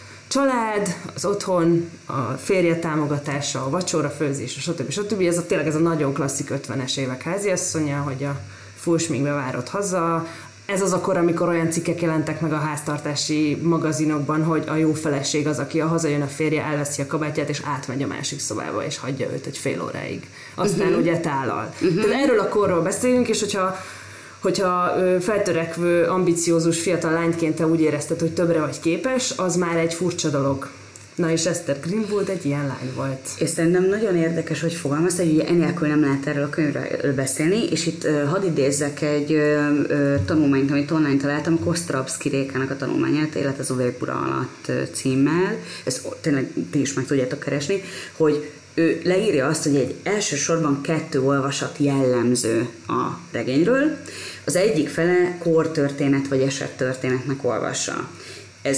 család, az otthon, a férje támogatása, a vacsora, főzés, stb. stb. Ez a, tényleg ez a nagyon klasszik ötvenes évek háziasszonya, hogy a full sminkbe várod haza. Ez az a kor, amikor olyan cikkek jelentek meg a háztartási magazinokban, hogy a jó feleség az, aki a hazajön, a férje elveszi a kabátját, és átmegy a másik szobába, és hagyja őt egy fél óráig. Aztán uh-huh. ugye tálal. Uh-huh. Tehát erről a korról beszélünk, és hogyha, hogyha feltörekvő, ambiciózus fiatal lányként te úgy érezted, hogy többre vagy képes, az már egy furcsa dolog. Na és Esther Greenwood egy ilyen lány volt. És szerintem nagyon érdekes, hogy fogalmazta, hogy enélkül nem lehet erről a könyvről beszélni, és itt uh, hadd idézzek egy uh, uh, tanulmányt, amit online találtam, Kostrabszky Rékának a tanulmányát, Élet az Üvegbura alatt uh, címmel, ezt tényleg ti is meg tudjátok keresni, hogy ő leírja azt, hogy egy elsősorban kettő olvasat jellemző a regényről. Az egyik fele kortörténet vagy esettörténetnek olvassa. Ez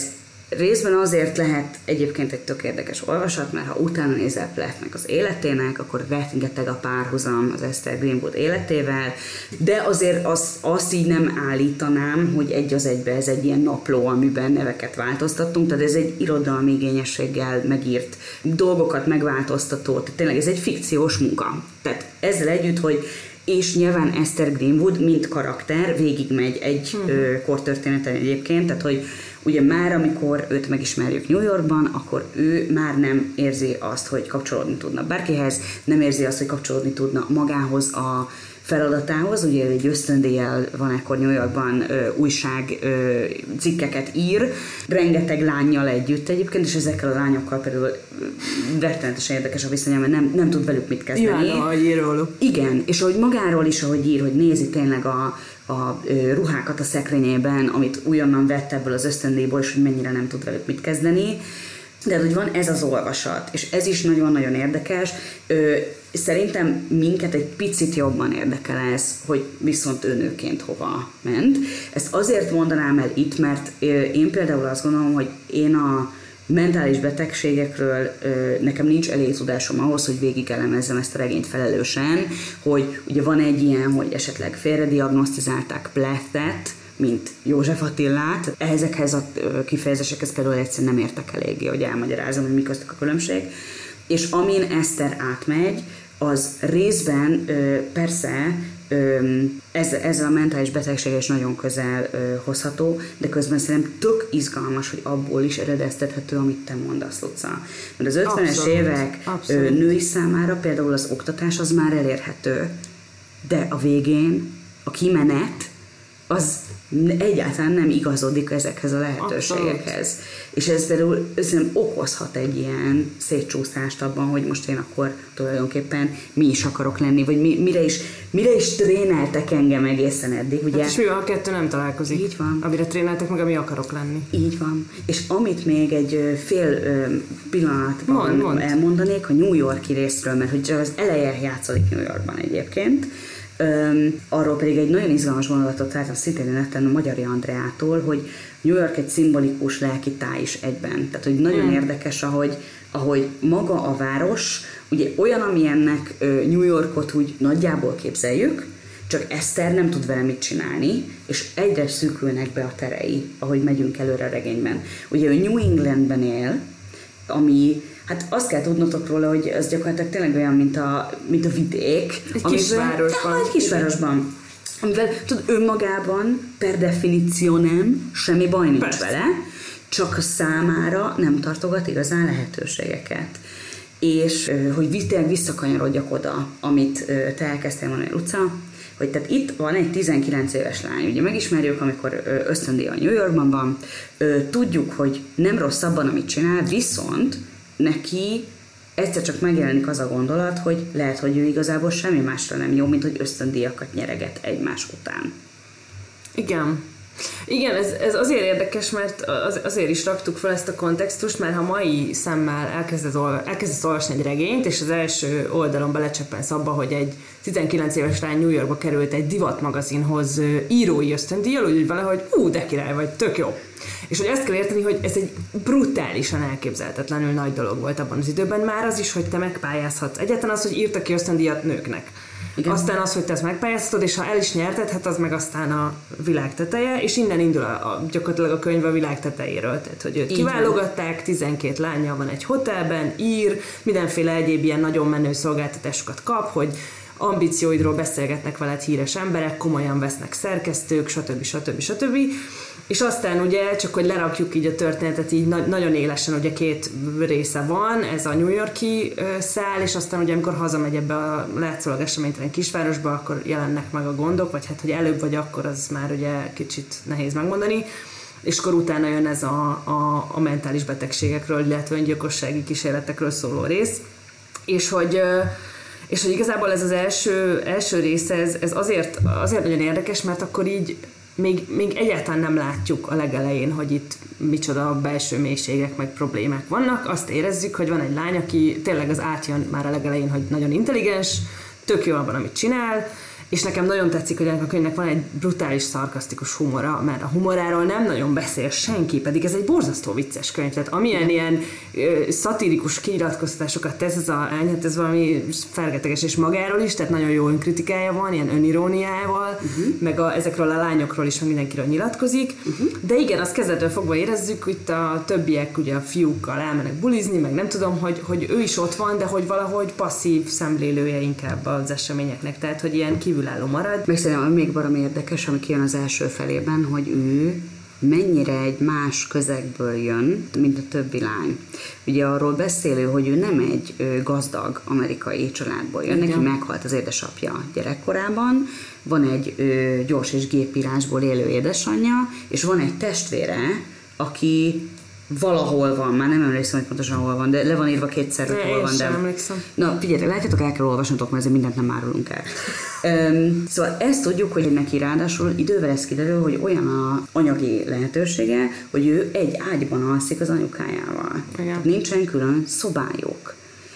részben azért lehet egyébként egy tök érdekes olvasat, mert ha utána nézel Plathnek az életének, akkor rengeteg a párhuzam az Esther Greenwood életével, de azért azt, azt így nem állítanám, hogy egy az egybe ez egy ilyen napló, amiben neveket változtattunk, tehát ez egy irodalmi igényességgel megírt dolgokat megváltoztató, tehát tényleg ez egy fikciós munka. Tehát ezzel együtt, hogy és nyilván Esther Greenwood, mint karakter, végigmegy egy hmm. ö, kortörténeten egyébként, tehát hogy ugye már amikor őt megismerjük New Yorkban, akkor ő már nem érzi azt, hogy kapcsolódni tudna bárkihez, nem érzi azt, hogy kapcsolódni tudna magához a feladatához, ugye egy ösztöndíjjal van ekkor New Yorkban ö, újság ö, cikkeket ír, rengeteg lánnyal együtt egyébként, és ezekkel a lányokkal például rettenetesen érdekes a viszonya, mert nem, nem tud velük mit kezdeni. Igen, ahogy ír róluk. Igen, és ahogy magáról is, ahogy ír, hogy nézi tényleg a, a ö, ruhákat a szekrényében, amit újonnan vett ebből az ösztöndíjból, és hogy mennyire nem tud velük mit kezdeni. De hogy van ez az olvasat, és ez is nagyon-nagyon érdekes. Ö, Szerintem minket egy picit jobban érdekel ez, hogy viszont ő nőként hova ment. Ezt azért mondanám el itt, mert én például azt gondolom, hogy én a mentális betegségekről nekem nincs elég tudásom ahhoz, hogy végig elemezzem ezt a regényt felelősen, hogy ugye van egy ilyen, hogy esetleg félrediagnosztizálták Plathet, mint József Attilát. Ezekhez a kifejezésekhez például egyszerűen nem értek eléggé, hogy elmagyarázom, hogy mi köztük a különbség. És amin Eszter átmegy, az részben persze ezzel a mentális betegséggel is nagyon közel hozható, de közben szerintem tök izgalmas, hogy abból is eredeztethető, amit te mondasz, Luca. Mert az ötvenes abszolút, évek abszolút. Női számára például az oktatás az már elérhető, de a végén a kimenet az egyáltalán nem igazodik ezekhez a lehetőségekhez. Abszolút. És ez például szerintem okozhat egy ilyen szétcsúszást abban, hogy most én akkor tulajdonképpen mi is akarok lenni, vagy mi, mire, is, mire is tréneltek engem egészen eddig. Ugye? Hát és mi van, a kettő nem találkozik? Így van. Amire tréneltek meg, ami akarok lenni. Így van. És amit még egy fél pillanatban mond, mond. elmondanék, a New York-i részről, mert hogy az eleje játszódik New Yorkban egyébként, Um, arról pedig egy nagyon izgalmas gondolatot találtam szintén neten a Magyari Andreától, hogy New York egy szimbolikus lelkitáj is egyben. Tehát, hogy nagyon hmm. érdekes, ahogy, ahogy maga a város, ugye olyan, amilyennek uh, New Yorkot úgy nagyjából képzeljük, csak Eszter nem tud vele mit csinálni, és egyre szűkülnek be a terei, ahogy megyünk előre a regényben. Ugye ő New Englandben él, ami hát azt kell tudnotok róla, hogy ez gyakorlatilag tényleg olyan, mint a, mint a vidék. Egy kisvárosban. Egy kisvárosban. Amivel tudod, önmagában per definíció nem, semmi baj nincs Persze. vele, csak a számára nem tartogat igazán lehetőségeket. És hogy tényleg visszakanyarodjak oda, amit te elkezdtél mondani, Luca, hogy tehát itt van egy tizenkilenc éves lány, ugye megismerjük, amikor ösztöndíjjal New Yorkban van, tudjuk, hogy nem rossz abban, amit csinál, viszont neki egyszer csak megjelenik az a gondolat, hogy lehet, hogy ő igazából semmi másra nem jó, mint hogy ösztöndíjakat nyereget egymás után. Igen. Igen, ez, ez azért érdekes, mert az, azért is raktuk fel ezt a kontextust, mert ha mai szemmel elkezdesz, olva, elkezdesz olvasni egy regényt, és az első oldalon belecseppensz abba, hogy egy tizenkilenc éves lány New Yorkba került egy divatmagazinhoz írói ösztöndíjjal, úgy valahogy ú, de király vagy, tök jó. És hogy ezt kell érteni, hogy ez egy brutálisan elképzelhetetlenül nagy dolog volt abban az időben, már az is, hogy te megpályázhatsz. Egyáltalán az, hogy írtak ki ösztöndíjat nőknek. Igen. Aztán az, hogy te ezt megpályáztatod, és ha el is nyerted, hát az meg aztán a világ teteje, és innen indul a, a, gyakorlatilag a könyv a világ tetejéről. Tehát, hogy őt kiválogatták, tizenkét lánnyal van egy hotelben, ír, mindenféle egyéb ilyen nagyon menő szolgáltatásokat kap, hogy ambícióidról beszélgetnek veled híres emberek, komolyan vesznek szerkesztők, stb. stb. stb. És aztán ugye, csak hogy lerakjuk így a történetet, így na- nagyon élesen ugye két része van, ez a New York-i ö, szál, és aztán ugye amikor hazamegy ebbe a látszólag eseménytelen kisvárosba, akkor jelennek meg a gondok, vagy hát, hogy előbb vagy akkor, az már ugye kicsit nehéz megmondani, és akkor utána jön ez a, a, a mentális betegségekről, illetve öngyilkossági kísérletekről szóló rész, és hogy ö, és hogy igazából ez az első, első része, ez, ez azért, azért nagyon érdekes, mert akkor így Még, még egyáltalán nem látjuk a legelején, hogy itt micsoda belső mélységek meg problémák vannak. Azt érezzük, hogy van egy lány, aki tényleg az átjön már a legelején, hogy nagyon intelligens, tök jó abban, amit csinál, És nekem nagyon tetszik, hogy ennek a könyvnek van egy brutális, szarkasztikus humora, mert a humoráról nem nagyon beszél senki, pedig ez egy borzasztó vicces könyv. Tehát amilyen ilyen ö, szatirikus kinyilatkoztatásokat tesz ez a lány, hát ez valami fergeteges és magáról is, tehát nagyon jó önkritikája van, ilyen öniróniával, uh-huh. meg a, ezekről a lányokról is, meg mindenkiről nyilatkozik. Uh-huh. De igen, azt kezdettől fogva érezzük, hogy a többiek ugye a fiúkkal elmennek bulizni, meg nem tudom, hogy, hogy ő is ott van, de hogy valahogy passzív szemlélője inkább az eseményeknek, tehát hogy ilyen kívülálló marad. Meg szerintem még valami érdekes, ami kijön az első felében, hogy ő mennyire egy más közegből jön, mint a többi lány. Ugye arról beszélő, hogy ő nem egy ö, gazdag amerikai családból jön, neki meghalt az édesapja gyerekkorában, van egy ö, gyors és gépírásból élő édesanyja, és van egy testvére, aki valahol van, már nem emlékszem, hogy pontosan hol van, de le van írva kétszer, hogy hol van. Én de... sem emlékszem. Na, figyeljetek, látjátok, el kell olvasnatok, mert ezért mindent nem árulunk el. Um, szóval ezt tudjuk, hogy neki ráadásul idővel ez kiderül, hogy olyan a anyagi lehetősége, hogy ő egy ágyban alszik az anyukájával. Tehát nincsen külön szobájuk,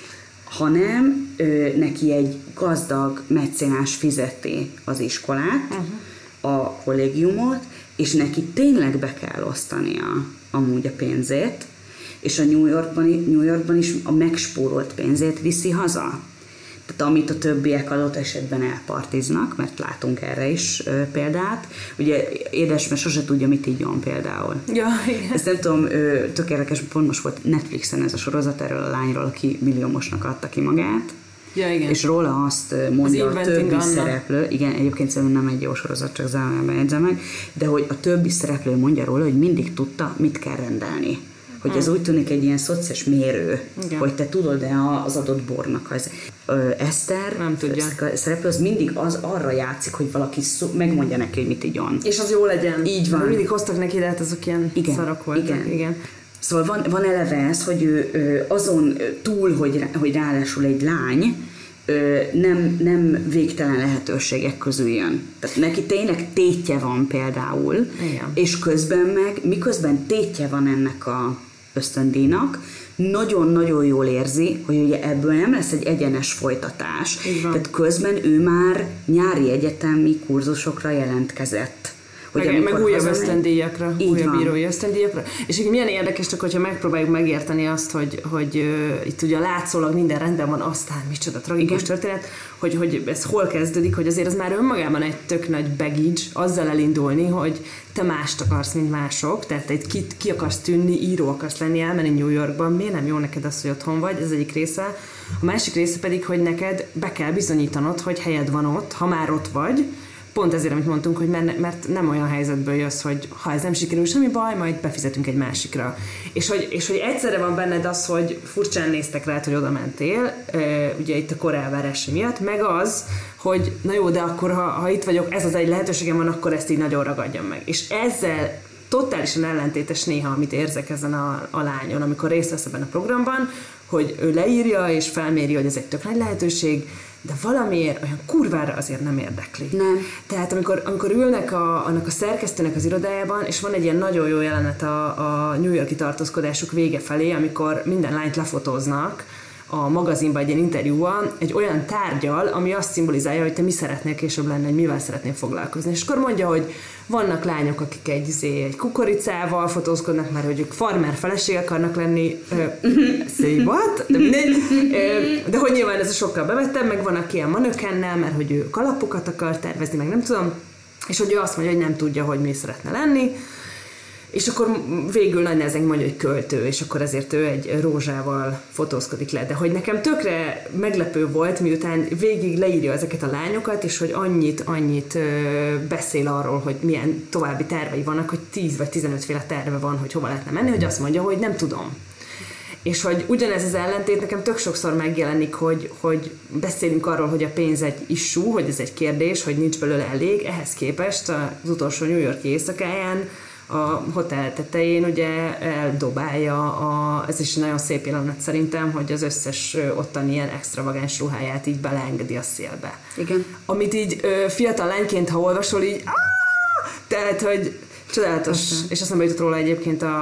hanem ö, neki egy gazdag mecénás fizeti az iskolát, uh-huh. a kollégiumot, és neki tényleg be kell osztania amúgy a pénzét, és a New Yorkban, New Yorkban is a megspórolt pénzét viszi haza. Tehát amit a többiek adott esetben elpartiznak, mert látunk erre is ö, példát. Ugye édesme sose tudja, mit igyon például. Ja, igen. Ezt nem tudom, ö, tök érdekes, pont most volt Netflixen ez a sorozat erről a lányról, aki milliómosnak adta ki magát. Ja, igen. És róla azt mondja a többi szereplő, igen, egyébként szerintem nem egy jó sorozat, csak zárójelben jegyzem meg, de hogy a többi szereplő mondja róla, hogy mindig tudta, mit kell rendelni. Hogy hmm. ez úgy tűnik egy ilyen szociális mérő, igen. hogy te tudod-e az adott bornak az. Ö, Eszter, nem tudja. A szereplő az mindig az arra játszik, hogy valaki szó, megmondja neki, hogy mit igyon. És az jó legyen. Így van. Mindig hoztak neki, de hát azok ilyen igen. szarok voltak. Igen. igen. Szóval van, van eleve ez, hogy ő, ő azon túl, hogy, hogy ráadásul egy lány, Ö, nem, nem végtelen lehetőségek közül jön. Tehát neki tényleg tétje van például, igen. és közben meg, miközben tétje van ennek a ösztöndíjnak, nagyon-nagyon jól érzi, hogy ugye ebből nem lesz egy egyenes folytatás. Tehát közben ő már nyári egyetemi kurzusokra jelentkezett. Meg, meg újabb ösztöndíjakra, újabb írói ösztöndíjakra. És így milyen érdekes, csak hogyha megpróbáljuk megérteni azt, hogy, hogy uh, itt ugye látszólag minden rendben van, aztán micsoda tragikus igen. történet, hogy, hogy ez hol kezdődik, hogy azért az már önmagában egy tök nagy baggage azzal elindulni, hogy te mást akarsz, mint mások, tehát te ki, ki akarsz tűnni, író akarsz lenni, elmenni New Yorkban, miért nem jó neked az, hogy otthon vagy, ez egyik része. A másik része pedig, hogy neked be kell bizonyítanod, hogy helyed van ott, ha már ott vagy, pont ezért, amit mondtunk, hogy mert, mert nem olyan helyzetből jössz, hogy ha ez nem sikerül, semmi baj, majd befizetünk egy másikra. És hogy, és hogy egyszerre van benned az, hogy furcsán néztek rád, hogy oda mentél, ugye itt a korelvárása miatt, meg az, hogy na jó, de akkor ha, ha itt vagyok, ez az egy lehetőségem van, akkor ezt így nagyon ragadjam meg. És ezzel totálisan ellentétes néha, amit érzek ezen a, a lányon, amikor részt vesz ebben a programban, hogy ő leírja és felméri, hogy ez egy tök nagy lehetőség, de valamiért olyan kurvára azért nem érdekli. Nem. Tehát amikor, amikor ülnek a, annak a szerkesztőnek az irodájában, és van egy ilyen nagyon jó jelenet a, a New York-i tartózkodásuk vége felé, amikor minden lányt lefotóznak a magazinban egy ilyen interjúban, egy olyan tárgyal, ami azt szimbolizálja, hogy te mi szeretnél később lenni, hogy mivel szeretnél foglalkozni. És akkor mondja, hogy vannak lányok, akik egy, egy kukoricával fotózkodnak, mert hogy ők farmer feleség akarnak lenni, szébat, de mindegy, de hogy nyilván ez a sokkal bevettem, meg van, aki ilyen manökennel, mert hogy ő kalapokat akar tervezni, meg nem tudom, és hogy ő azt mondja, hogy nem tudja, hogy mi szeretne lenni, és akkor végül nagy nehezen mondja, hogy költő, és akkor ezért ő egy rózsával fotózkodik le. De hogy nekem tökre meglepő volt, miután végig leírja ezeket a lányokat, és hogy annyit, annyit beszél arról, hogy milyen további tervei vannak, hogy tíz vagy tizenöt féle terve van, hogy hova lehetne menni, hogy azt mondja, hogy nem tudom. És hogy ugyanez az ellentét nekem tök sokszor megjelenik, hogy, hogy beszélünk arról, hogy a pénz egy issue, hogy ez egy kérdés, hogy nincs belőle elég, ehhez képest az utolsó New York-i éjszakáján a hotel tetején ugye eldobálja, a, ez is nagyon szép jelenet szerintem, hogy az összes ottani ilyen extravagáns ruháját így beleengedi a szélbe. Igen. Amit így fiatal lányként, ha olvasol, így áh! Tehát, hogy csodálatos, okay. És azt nem jutott róla egyébként a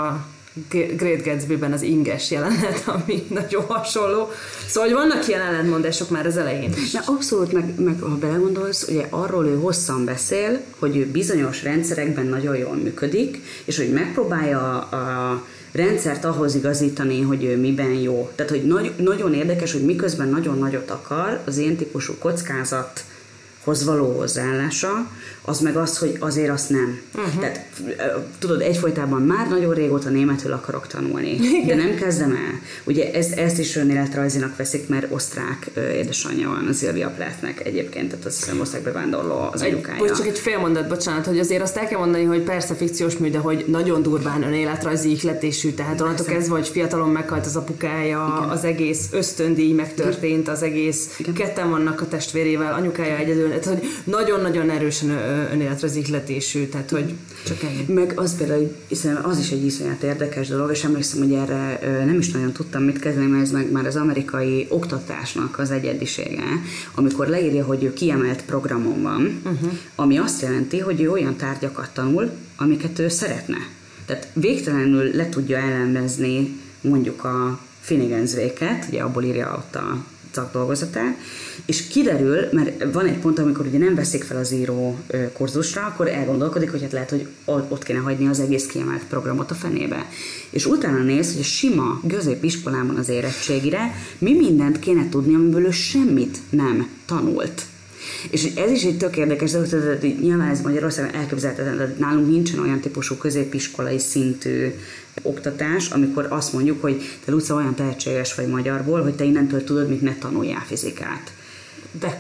Great Gatsby-ben az inges jelenet, ami nagyon hasonló. Szóval, hogy vannak ilyen ellentmondások már az elején is. Na, abszolút, meg, meg ha belegondolsz, ugye arról ő hosszan beszél, hogy ő bizonyos rendszerekben nagyon jól működik, és hogy megpróbálja a, a rendszert ahhoz igazítani, hogy ő miben jó. Tehát, hogy nagy, nagyon érdekes, hogy miközben nagyon nagyot akar, az ilyen típusú kockázathoz való hozzáállása, az meg az, hogy azért azt nem. Uh-huh. Tehát tudod, egyfolytában már nagyon régóta németül akarok tanulni, de nem kezdem el. Ugye ez, ezt is önéletrajzinak veszik, mert osztrák édesanyja van az Sylvia Plathnek egyébként, tehát azt hiszem osztrák bevándorló az anyukája. Bocs, csak egy fél mondat, bocsánat, hogy azért azt el kell mondani, hogy persze fikciós mű, de hogy nagyon durván önéletrajzi ihletésű, tehát onnantól kezdve, hogy fiatalon meghalt az apukája, igen. Az egész ösztöndíj megtörtént, az egész, igen. Ketten vannak a testvérével, anyukája egyedül, tehát hogy nagyon-nagyon erősen önéletrajzi ihletésű, tehát hogy csak ennyi. Meg az például, hiszen az is egy iszonyat érdekes dolog, és emlékszem, hogy erre nem is nagyon tudtam mit kezdeni, mert ez meg már az amerikai oktatásnak az egyedisége, amikor leírja, hogy ő kiemelt programon van, uh-huh. ami azt jelenti, hogy ő olyan tárgyakat tanul, amiket ő szeretne. Tehát végtelenül le tudja elemezni mondjuk a Finnegan's-véket, ugye abból írja ott a szakdolgozatát, és kiderül, mert van egy pont, amikor ugye nem veszik fel az író kurzusra, akkor elgondolkodik, hogy hát lehet, hogy ott kéne hagyni az egész kiemelt programot a fenébe. És utána néz, hogy a sima középiskolában az érettségire mi mindent kéne tudni, amiből ő semmit nem tanult. És ez is egy tök érdekes dolog, hogy nyilván ez Magyarországon elképzelhetetlen, de nálunk nincsen olyan típusú középiskolai szintű oktatás, amikor azt mondjuk, hogy te Luca olyan tehetséges vagy magyarból, hogy te innentől tudod, mit ne tanuljál fizikát. De.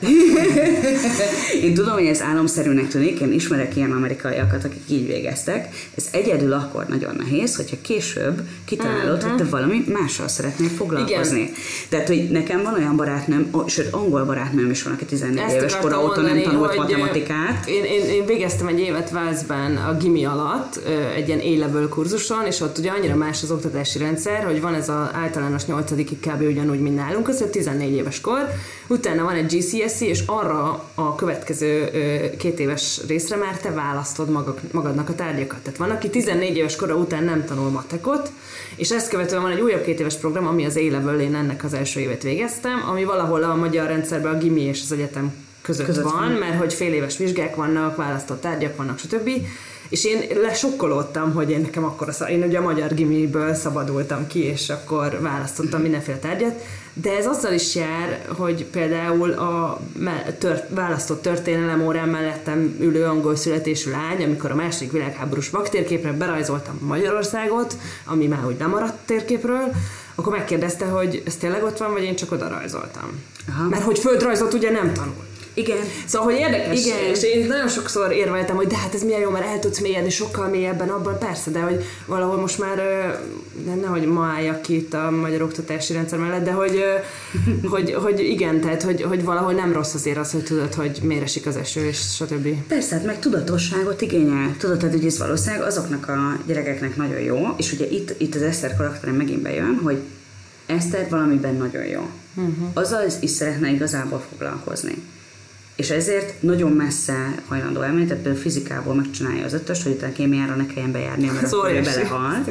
Én tudom, hogy ez álomszerűnek tűnik, én ismerek ilyen amerikaiakat, akik így végeztek. Ez egyedül akkor nagyon nehéz, hogyha később kitalálod, uh-huh. hogy te valami mással szeretnél foglalkozni. Igen. Tehát, hogy nekem van olyan barátnőm, sőt, angol barátnőm is van, aki tizennégy éves kora óta nem tanult matematikát. Én, én, én végeztem egy évet Walesben a gimi alatt, egy ilyen A-level kurzuson, és ott ugye annyira más az oktatási rendszer, hogy van ez az általános nyolcadikig kb. Ugyanúgy, mint nálunk, az tizennégy éves kor, utána van egy gé cé es é, és arra a következő két éves részre már te választod magad, magadnak a tárgyakat. Tehát van, aki tizennégy éves kora után nem tanul matekot, és ezt követően van egy újabb két éves program, ami az A-level, én ennek az első évet végeztem, ami valahol a magyar rendszerben a gimi és az egyetem között, között van, van, mert hogy fél éves vizsgák vannak, választott tárgyak vannak, stb. És én lesokkolódtam, hogy én nekem akkor a, én ugye a magyar gimiből szabadultam ki, és akkor választottam mindenféle tárgyat, de ez azzal is jár, hogy például a tört, választott történelem órán mellettem ülő angol születésű lány, amikor a második világháborús vaktérképre berajzoltam Magyarországot, ami már úgy lemaradt térképről, akkor megkérdezte, hogy ez tényleg ott van, vagy én csak oda rajzoltam. Aha. Mert hogy földrajzot ugye nem tanul. Igen. Szóval, hogy érdekes, igen. És én nagyon sokszor érveltem, hogy de hát ez milyen jó, mert el tudsz mélyedni sokkal mélyebben abban, persze, de hogy valahol most már, de nehogy ma álljak ki itt a magyar oktatási rendszer mellett, de hogy, hogy, hogy igen, tehát, hogy, hogy valahol nem rossz azért az, hogy tudod, hogy miért esik az eső, és stb. Persze, hát meg tudatosságot igényel. Tudod, tehát, hogy ez valószínűleg azoknak a gyerekeknek nagyon jó, és ugye itt, itt az Eszter karakterem megint bejön, hogy Eszter valamiben nagyon jó. Uh-huh. Azzal is szeretne igazából foglalkozni. És ezért nagyon messze hajlandó elmenni, tehát például fizikából megcsinálja az ötöst, hogy utána kémiára ne kelljen bejárnia, mert akkor ő belehal.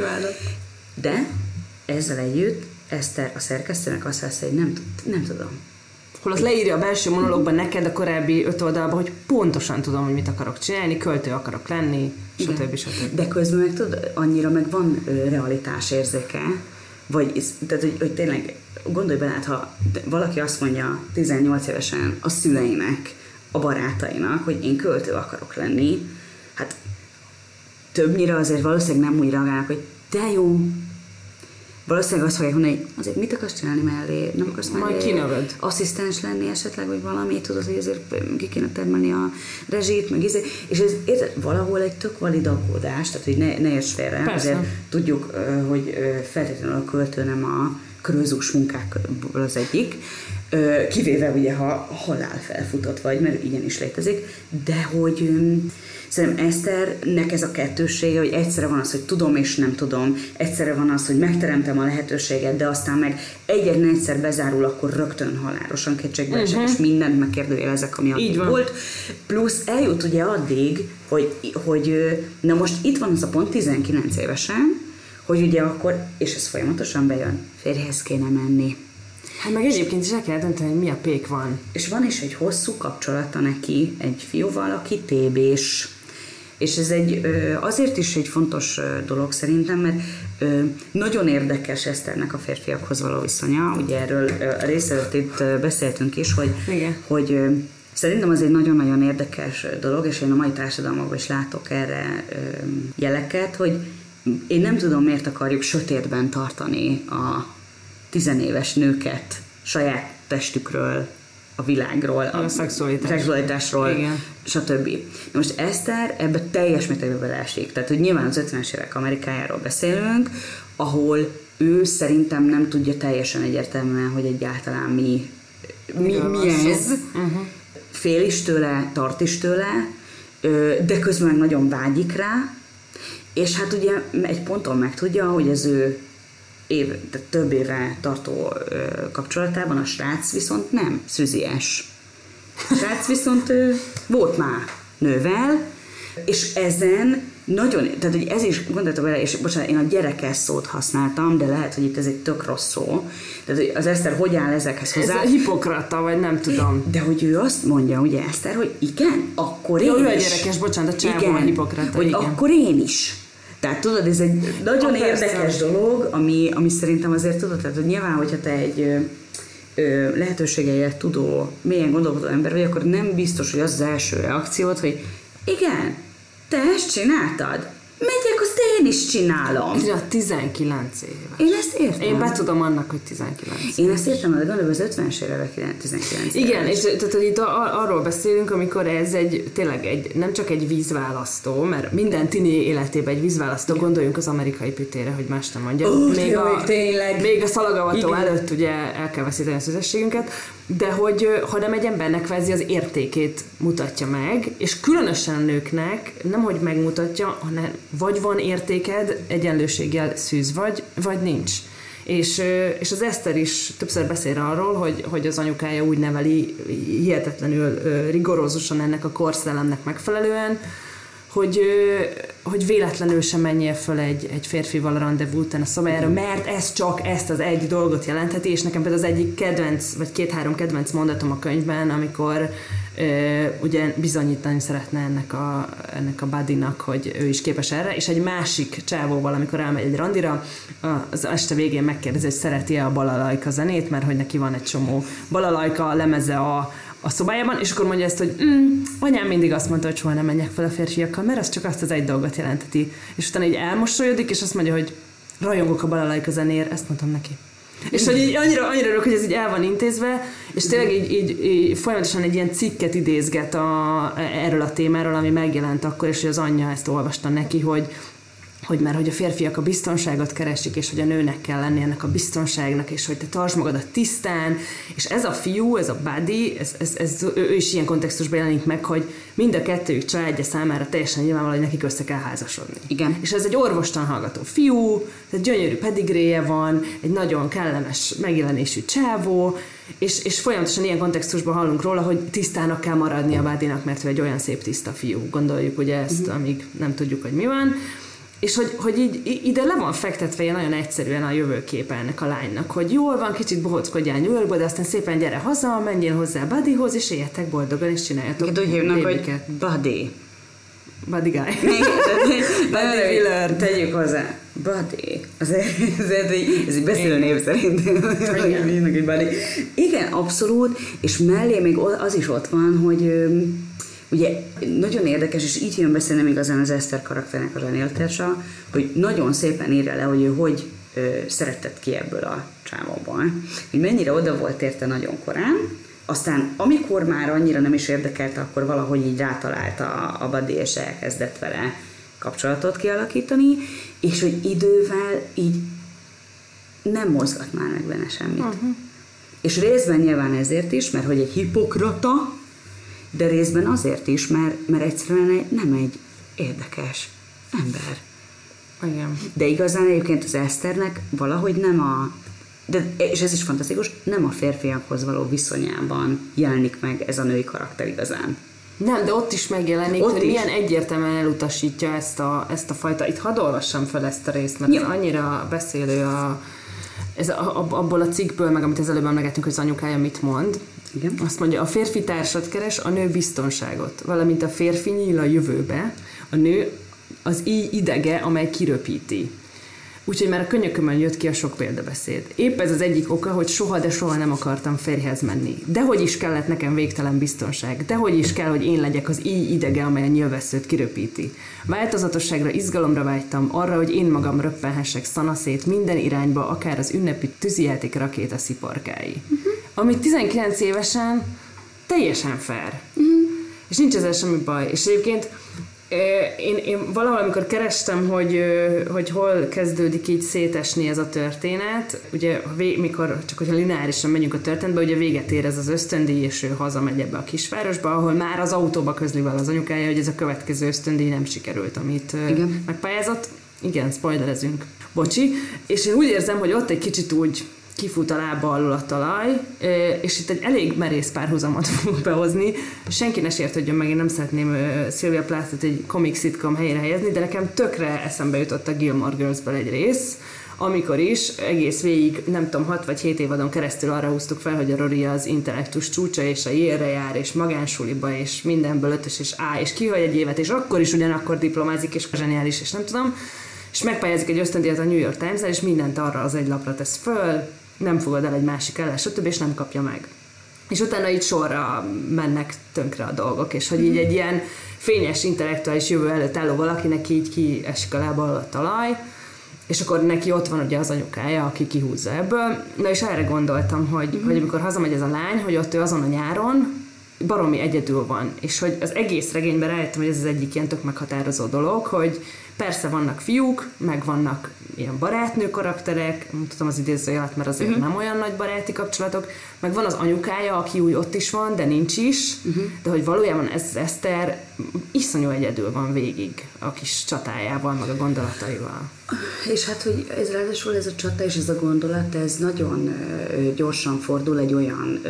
De ezzel együtt Eszter a szerkesztőnek azt veszi, hogy nem, nem tudom. Holott leírja a belső monológban neked a korábbi öt oldalban, hogy pontosan tudom, hogy mit akarok csinálni, költő akarok lenni, stb. stb. De közben meg tudod, annyira meg van realitás érzéke, vagy, tehát, hogy, hogy tényleg gondolj bele, hát, ha valaki azt mondja tizennyolc évesen a szüleinek, a barátainak, hogy én költő akarok lenni, hát többnyire azért valószínűleg nem úgy reagálnak, hogy de jó. Valószínűleg azt fogják mondani, hogy azért mit akarsz csinálni mellé? Nem akarsz mellé majd kinövöd. Asszisztens lenni esetleg, vagy valami, tudod, hogy azért ki kéne termelni a rezsit, meg izé. És ez érted, valahol egy tök valid aggódás, tehát hogy ne, ne érts félre. Persze. Azért tudjuk, hogy feltétlenül a költő nem a körülzús munkákból az egyik, kivéve ugye, ha halál felfutott vagy, mert igenis létezik, de hogy szerintem Eszternek ez a kettőssége, hogy egyszerre van az, hogy tudom és nem tudom, egyszerre van az, hogy megteremtem a lehetőséget, de aztán meg egyetlen egyszer bezárul, akkor rögtön halálosan kétségbe esek, uh-huh. és mindent megkérdőjelezek, ami addig volt. Plusz eljut ugye addig, hogy, hogy na most itt van az a pont tizenkilenc évesen, hogy ugye akkor, és ez folyamatosan bejön, férjhez kéne menni. Hát meg egyébként is el kell dönteni, hogy mi a pék van. És van is egy hosszú kapcsolata neki egy fiúval, aki té bés. És ez egy, azért is egy fontos dolog szerintem, mert nagyon érdekes Eszternek a férfiakhoz való viszonya. Ugye erről a rész előtt itt beszéltünk is, hogy, hogy szerintem az egy nagyon-nagyon érdekes dolog, és én a mai társadalmakban is látok erre jeleket, hogy én nem tudom, miért akarjuk sötétben tartani a tizenéves nőket saját testükről, a világról, a, a szexualitás. szexualitásról, igen. Stb. Na most Eszter ebbe teljes mértékben beleesik. Tehát, hogy nyilván az ötvenes évek Amerikájáról beszélünk, ahol ő szerintem nem tudja teljesen egyértelműen, hogy egyáltalán mi, mi, mi ez. Uh-huh. Fél is tőle, tart is tőle, de közben meg nagyon vágyik rá, és hát ugye egy ponton megtudja, hogy az ő év, tehát több éve tartó ö, kapcsolatában a srác viszont nem szüzies. A srác viszont ö, volt már nővel, és ezen nagyon, tehát hogy ez is, gondoltam vele, és bocsánat, én a gyerekes szót használtam, de lehet, hogy itt ez egy tök rossz szó. Tehát hogy az Eszter hogy áll ezekhez hozzá? Ez a hipokrata, vagy nem tudom. De hogy ő azt mondja, ugye Eszter, hogy igen, akkor én Jó, is. Ő a gyerekes, bocsánat, a csávó a hipokrata. Hogy igen. akkor én is. Tehát tudod, ez egy nagyon ah, érdekes persze. dolog, ami, ami szerintem azért tudod, tehát hogy nyilván, hogyha te egy ö, ö, lehetőségeiért tudó, mélyen gondolkodó ember vagy, akkor nem biztos, hogy az az első reakciód, hogy igen, te ezt csináltad? Megyek, azt én is csinálom. Ez a tizenkilenc éves. Én ezt értem. Én betudom annak, hogy tizenkilenc. Én ezt értem, de gondolom az ötvenes évek tizenkilenc Igen, és tehát, hogy itt a, arról beszélünk, amikor ez egy, tényleg egy, nem csak egy vízválasztó, mert minden tini életében egy vízválasztó, gondoljunk az amerikai pütére, hogy más nem mondja. Oh, még, a, tényleg. még a szalagavató előtt ugye el kell veszíteni a szüzességünket, de hogy hanem egy embernek kvázi az értékét mutatja meg, és különösen a nőknek nem, hogy megmutatja, hanem vagy van értéked, egyenlőséggel szűz vagy, vagy nincs. És, és az Eszter is többször beszél arról, hogy, hogy az anyukája úgy neveli hihetetlenül rigorózusan ennek a korszellemnek megfelelően, hogy, hogy véletlenül sem menjél föl egy, egy férfival a rendezvú után a szobájára, mert ez csak ezt az egy dolgot jelentheti, és nekem például az egyik kedvenc, vagy két-három kedvenc mondatom a könyvben, amikor ugye bizonyítani szeretne ennek a, ennek a buddynak, hogy ő is képes erre, és egy másik csávóval, amikor elmegy egy randira, az este végén megkérdezi, hogy szereti-e a balalajka zenét, mert hogy neki van egy csomó balalajka lemeze a, a szobájában, és akkor mondja ezt, hogy mm, anyám mindig azt mondta, hogy soha nem menjek fel a férfiakkal, mert az csak azt az egy dolgot jelenteti. És utána így elmosolyodik, és azt mondja, hogy rajongok a balalajka zenéért, ezt mondtam neki. És hogy így annyira, annyira örök, hogy ez így el van intézve, és tényleg így, így, így folyamatosan egy ilyen cikket idézget a, erről a témáról, ami megjelent akkor, és hogy az anyja ezt olvasta neki, hogy hogy már hogy a férfiak a biztonságot keresik, és hogy a nőnek kell lenni ennek a biztonságnak, és hogy te tartsd magadat tisztán, és ez a fiú, ez a buddy, ez, ez, ez, ő is ilyen kontextusban jelenik meg, hogy mind a kettőjük családja számára teljesen nyilvánvaló, hogy nekik össze kell házasodni. Igen. És ez egy orvostan hallgató fiú, egy gyönyörű pedigréje van, egy nagyon kellemes megjelenésű csávó, és, és folyamatosan ilyen kontextusban hallunk róla, hogy tisztának kell maradni a buddynak, mert ő egy olyan szép tiszta fiú. Gondoljuk ugye ezt, mm-hmm. amíg nem tudjuk, hogy mi van. És hogy, hogy így ide le van fektetve ilyen nagyon egyszerűen a jövőképe ennek a lánynak, hogy jól van, kicsit bohóckodjál New Yorkba, de aztán szépen gyere haza, menjél hozzá Buddyhoz, és éljetek boldogan, és csináljatok babyket. Úgy hívnak, hogy Buddy. Buddy guy. Buddy Willer. Tegyük hozzá. Buddy. Azért, azért ez egy beszélő név szerint. Igen. Igen, abszolút, és mellé még az is ott van, hogy ugye nagyon érdekes, és így jön be szerintem igazán az Eszter karakternek a zenéltársa, hogy nagyon szépen írja le, hogy ő hogy ö, szeretett ki ebből a csávóból. Hogy mennyire oda volt érte nagyon korán, aztán amikor már annyira nem is érdekelte, akkor valahogy így rátalált a, a buddy, és elkezdett vele kapcsolatot kialakítani, és hogy idővel így nem mozgat már meg benne semmit. Uh-huh. És részben nyilván ezért is, mert hogy egy hipokrata, de részben azért is, mert, mert egyszerűen egy, nem egy érdekes ember. Igen. De igazán egyébként az Eszternek valahogy nem a, de, és ez is fantasztikus, nem a férfiakhoz való viszonyában jelenik meg ez a női karakter igazán. Nem, de ott is megjelenik, ott hogy is. milyen egyértelműen elutasítja ezt a, ezt a fajta. Itt hadd olvassam fel ezt a részt, mert ja. ez annyira beszélő a, ez a, abból a cikkből, meg amit az előbb emlegettünk, hogy az anyukája mit mond. Igen. Azt mondja, a férfi társat keres, a nő biztonságot, valamint a férfi nyíl a jövőbe, a nő az íj idege, amely kiröpíti. Úgyhogy már a könyökömön jött ki a sok példabeszéd. Épp ez az egyik oka, hogy soha, de soha nem akartam férjhez menni. Dehogy is kellett nekem végtelen biztonság. Dehogy is kell, hogy én legyek az íj idege, amely a nyilvesszőt kiröpíti. Változatosságra, izgalomra vágytam, arra, hogy én magam röppenhessek szanaszét minden irányba, akár az ünnepi tűzijáték rakéta sziporkái. Uh-huh. Amit tizenkilenc évesen teljesen fair. Uh-huh. És nincs ezzel semmi baj. És egyébként Én, én valahol, amikor kerestem, hogy, hogy hol kezdődik így szétesni ez a történet, ugye mikor, csak hogyha lineárisan megyünk a történetbe, ugye véget ér ez az ösztöndíj, és ő hazamegy ebbe a kisvárosba, ahol már az autóba közli vele az anyukája, hogy ez a következő ösztöndíj nem sikerült, amit Igen. megpályázott. Igen, spoilerezünk. Bocsi. És én úgy érzem, hogy ott egy kicsit úgy kifut a lába alul a talaj, és itt egy elég merész párhuzamot fogunk behozni. Senki ne sértődjön meg, én nem szeretném Sylvia Plath-ot egy comic sitcom helyére helyezni, de nekem tökre eszembe jutott a Gilmore Girls-ből egy rész, amikor is egész végig, nem tudom, hat vagy hét évadon keresztül arra húztuk fel, hogy a Rory az intellektus csúcsa, és a Yale-re jár, és magánsuliba, és mindenből ötös, és A, és kihagy egy évet, és akkor is ugyanakkor diplomázik, és zseniális, és nem tudom, és megpályázik egy ösztöndíjat a New York Times-el, és mindent arra az egy lapra tesz föl, nem fogad el egy másik ellás, stb. És nem kapja meg. És utána így sorra mennek tönkre a dolgok, és hogy így egy ilyen fényes, intellektuális jövő előtt álló valakinek így kiesik a lába alól a talaj, és akkor neki ott van ugye az anyukája, aki kihúzza ebből. Na és erre gondoltam, hogy, mm-hmm. hogy amikor hazamegy ez a lány, hogy ott ő azon a nyáron baromi egyedül van, és hogy az egész regényben rájöttem, hogy ez az egyik ilyen tök meghatározó dolog, hogy persze vannak fiúk, meg vannak ilyen barátnő karakterek, nem tudom az idézőjelet, mert azért uh-huh. nem olyan nagy baráti kapcsolatok, meg van az anyukája, aki úgy ott is van, de nincs is, uh-huh. de hogy valójában ez Eszter iszonyú egyedül van végig a kis csatájával, meg a gondolataival. És hát, hogy ez ráadásul ez a csata és ez a gondolat, ez nagyon ö, gyorsan fordul egy olyan ö,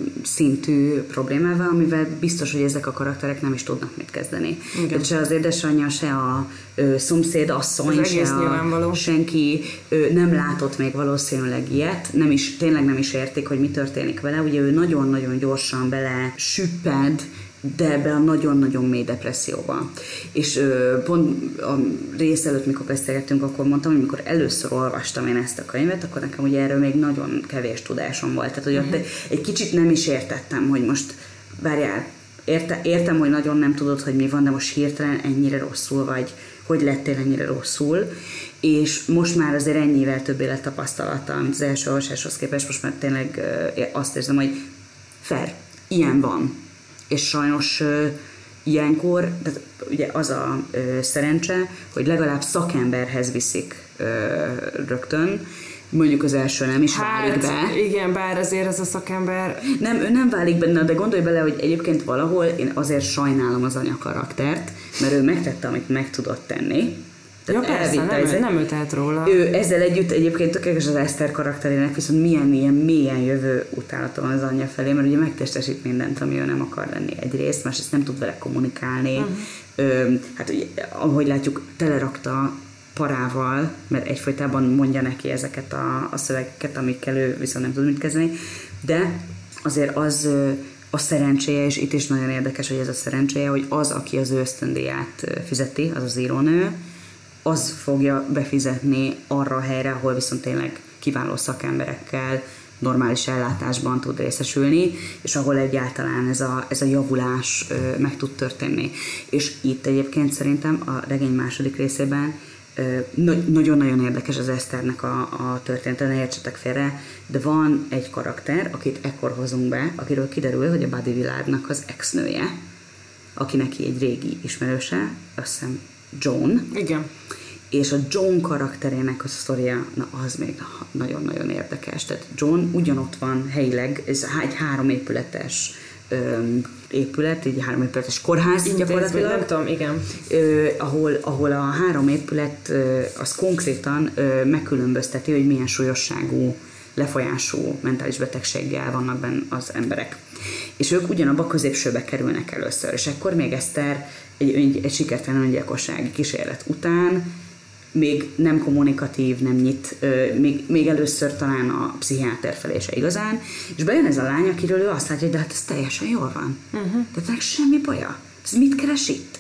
szintű problémával, amivel biztos, hogy ezek a karakterek nem is tudnak mit kezdeni. Tehát se az édesanyja, se a ö, szomszéd asszony, se a, senki ö, nem látott még valószínűleg ilyet, nem is, tényleg nem is értik, hogy mi történik vele. Ugye ő nagyon-nagyon gyorsan bele süpped, de ebbe a nagyon-nagyon mély depresszióba. És ö, pont a rész előtt, mikor beszélgettünk, akkor mondtam, hogy mikor először olvastam én ezt a könyvet, akkor nekem ugye erről még nagyon kevés tudásom volt. Tehát, hogy uh-huh. ott egy kicsit nem is értettem, hogy most, várjál, érte, értem, hogy nagyon nem tudod, hogy mi van, de most hirtelen ennyire rosszul vagy, hogy lettél ennyire rosszul, és most már azért ennyivel több élettapasztalata, mint az első olvasáshoz képest, most már tényleg ö, azt érzem, hogy fair, ilyen van. És sajnos uh, ilyenkor, tehát ugye az a uh, szerencse, hogy legalább szakemberhez viszik uh, rögtön, mondjuk az első nem is hát, válik be. Igen, bár azért ez a szakember... Nem, ő nem válik be, de gondolj bele, hogy egyébként valahol én azért sajnálom az anya karaktert, mert ő megtette, amit meg tudott tenni. Ja, persze, nem, ő, nem ő tehet róla. Ő ezzel együtt egyébként tökéletes az Eszter karakterének, viszont milyen, milyen mélyen jövő utálata van az anyja felé, mert ugye megtestesít mindent, ami ő nem akar lenni egyrészt, másrészt nem tud vele kommunikálni. Uh-huh. Ö, hát ugye, ahogy látjuk, telerakta parával, mert egyfolytában mondja neki ezeket a, a szövegeket, amikkel ő viszont nem tud mit kezdeni, de azért az a szerencséje, és itt is nagyon érdekes, hogy ez a szerencséje, hogy az, aki az ő ösztöndíját fizeti, az az írónő, az fogja befizetni arra a helyre, ahol viszont tényleg kiváló szakemberekkel normális ellátásban tud részesülni, és ahol egyáltalán ez a, ez a javulás ö, meg tud történni. És itt egyébként szerintem a regény második részében ö, no- nagyon-nagyon érdekes az Eszternek a, a története, ne értsetek félre, de van egy karakter, akit ekkor hozunk be, akiről kiderül, hogy a Buddy Willardnak az ex-nője, aki neki egy régi ismerőse, azt hiszem John. Igen. És a John karakterének a sztoria, na az még nagyon-nagyon érdekes. Tehát John ugyanott van helyileg, ez egy három épületes öm, épület, egy három épületes kórház Intézmény, gyakorlatilag. nem tudom, igen. Ö, ahol, ahol a három épület ö, az konkrétan ö, megkülönbözteti, hogy milyen súlyosságú lefolyású mentális betegséggel vannak benne az emberek. És ők ugyanabba a középsőbe kerülnek először, és akkor még Eszter egy, egy, egy sikertelen öngyilkossági kísérlet után még nem kommunikatív, nem nyit, még, még először talán a pszichiáter felé se igazán, és bejön ez a lány, akiről ő azt látja, hogy de hát ez teljesen jól van. Uh-huh. Tehát ennek semmi baja. Ez mit keres itt?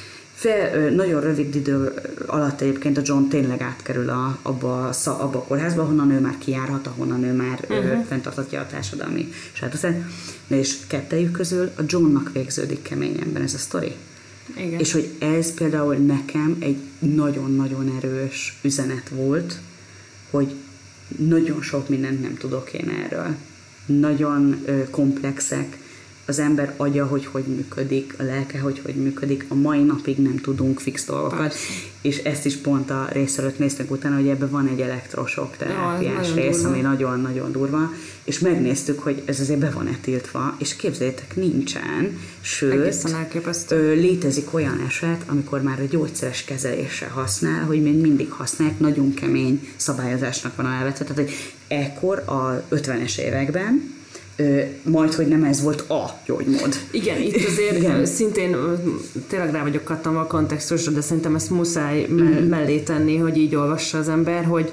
Fél, nagyon rövid idő alatt egyébként a John tényleg átkerül a, abba, a, abba a kórházba, honnan ő már kijárhat, ahonnan ő már uh-huh. fenntartatja a társadalmi státuszát. És kettejük közül a Johnnak végződik keményebben ez a sztori. Igen. És hogy ez például nekem egy nagyon-nagyon erős üzenet volt, hogy nagyon sok mindent nem tudok én erről. Nagyon ö, komplexek, az ember agya, hogy hogy működik, a lelke, hogy hogy működik, a mai napig nem tudunk fix dolgokat, Persze. és ezt is pont a rész előtt néztünk utána, hogy ebben van egy elektrosok terápiás ja, rész, durva. Ami nagyon-nagyon durva, és megnéztük, hogy ez azért be van-e tiltva, és képzeljétek, nincsen, sőt, ö, létezik olyan eset, amikor már a gyógyszeres kezelésre használ, hogy még mindig használják, nagyon kemény szabályozásnak van alávetve, tehát hogy ekkor a ötvenes években majd, hogy nem ez volt a gyógymód. Igen, itt azért Igen. szintén tényleg rá vagyok kattanva a kontextusra, de szerintem ezt muszáj mm. mellé tenni, hogy így olvassa az ember, hogy,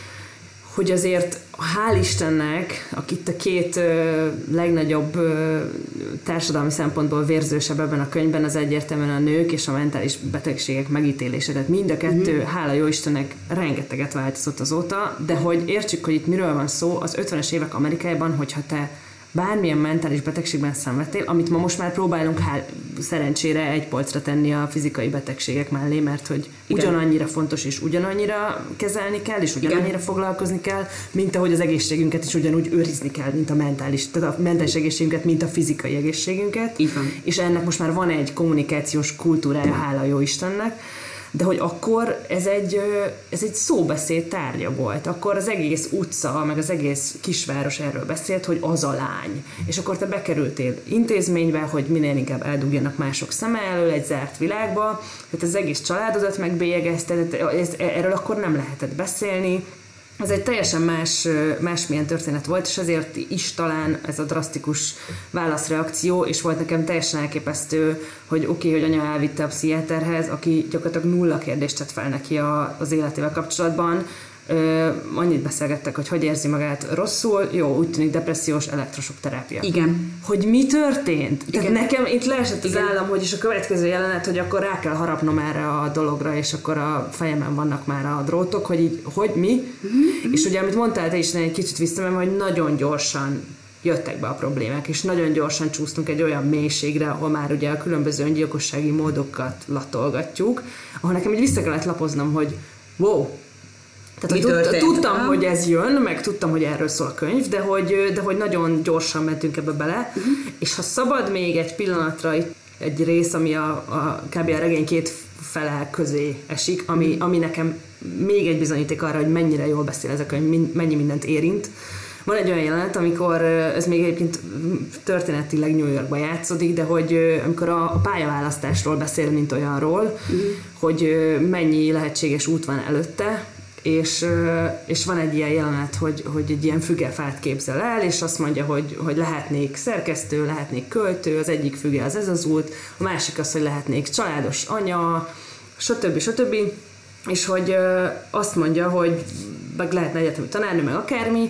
hogy azért hál' Istennek, akit a két ö, legnagyobb ö, társadalmi szempontból vérzősebb ebben a könyvben, az egyértelműen a nők és a mentális betegségek megítélése. Tehát mind a kettő, mm. hála jó Istennek, rengeteget változott azóta, de hogy értsük, hogy itt miről van szó, az ötvenes évek Amerikájában, hogyha te bármilyen mentális betegségben szenvedtél, amit ma most már próbálunk hál- szerencsére egy polcra tenni a fizikai betegségek mellé, mert hogy Igen. ugyanannyira fontos és ugyanannyira kezelni kell, és ugyanannyira Igen. foglalkozni kell, mint ahogy az egészségünket is ugyanúgy őrizni kell, mint a mentális, tehát a mentális egészségünket, mint a fizikai egészségünket. Igen. És ennek most már van egy kommunikációs kultúrája, hála jó Istennek, de hogy akkor ez egy, ez egy szóbeszéd tárgya volt. Akkor az egész utca, meg az egész kisváros erről beszélt, hogy az a lány. És akkor te bekerültél intézménybe, hogy minél inkább eldugjanak mások szeme elől egy zárt világba, tehát az egész családodat megbélyegezte, erről akkor nem lehetett beszélni. Ez egy teljesen más, másmilyen történet volt, és ezért is talán ez a drasztikus válaszreakció, és volt nekem teljesen elképesztő, hogy oké, okay, hogy anya elvitte a pszichiáterhez, aki gyakorlatilag nulla kérdést tett fel neki a, az életével kapcsolatban. Ö, annyit beszélgettek, hogy hogy érzi magát rosszul, jó, úgy tűnik depressziós, elektrosok terápia. Igen. Hogy mi történt? Igen. Tehát nekem itt leesett az Igen. állam, hogy és a következő jelenet, hogy akkor rá kell harapnom erre a dologra, és akkor a fejemen vannak már a drótok, hogy így, hogy mi? Mm-hmm. És ugye, amit mondtál te is, egy kicsit visszamem, hogy nagyon gyorsan jöttek be a problémák, és nagyon gyorsan csúsztunk egy olyan mélységre, ahol már ugye a különböző öngyilkossági módokat latolgatjuk, ahol nekem így vissza kellett lapoznom, hogy wow, tehát tud, tudtam, ah. hogy ez jön, meg tudtam, hogy erről szól a könyv, de hogy, de hogy nagyon gyorsan mentünk ebbe bele, uh-huh. és ha szabad még egy pillanatra egy rész, ami a, a kb. A regény két fele közé esik, ami, uh-huh. ami nekem még egy bizonyíték arra, hogy mennyire jól beszél ez a könyv, mennyi mindent érint. Van egy olyan jelenet, amikor ez még egyébként történetileg New Yorkban játszódik, de hogy amikor a pályaválasztásról beszél, mint olyanról, uh-huh. hogy mennyi lehetséges út van előtte, És, és van egy ilyen jelenet, hogy, hogy egy ilyen fügefát képzel el, és azt mondja, hogy, hogy lehetnék szerkesztő, lehetnék költő, az egyik füge az ez az út, a másik az, hogy lehetnék családos anya, stb. stb. És hogy azt mondja, hogy meg lehetne egyetemi tanárnő, meg akármi,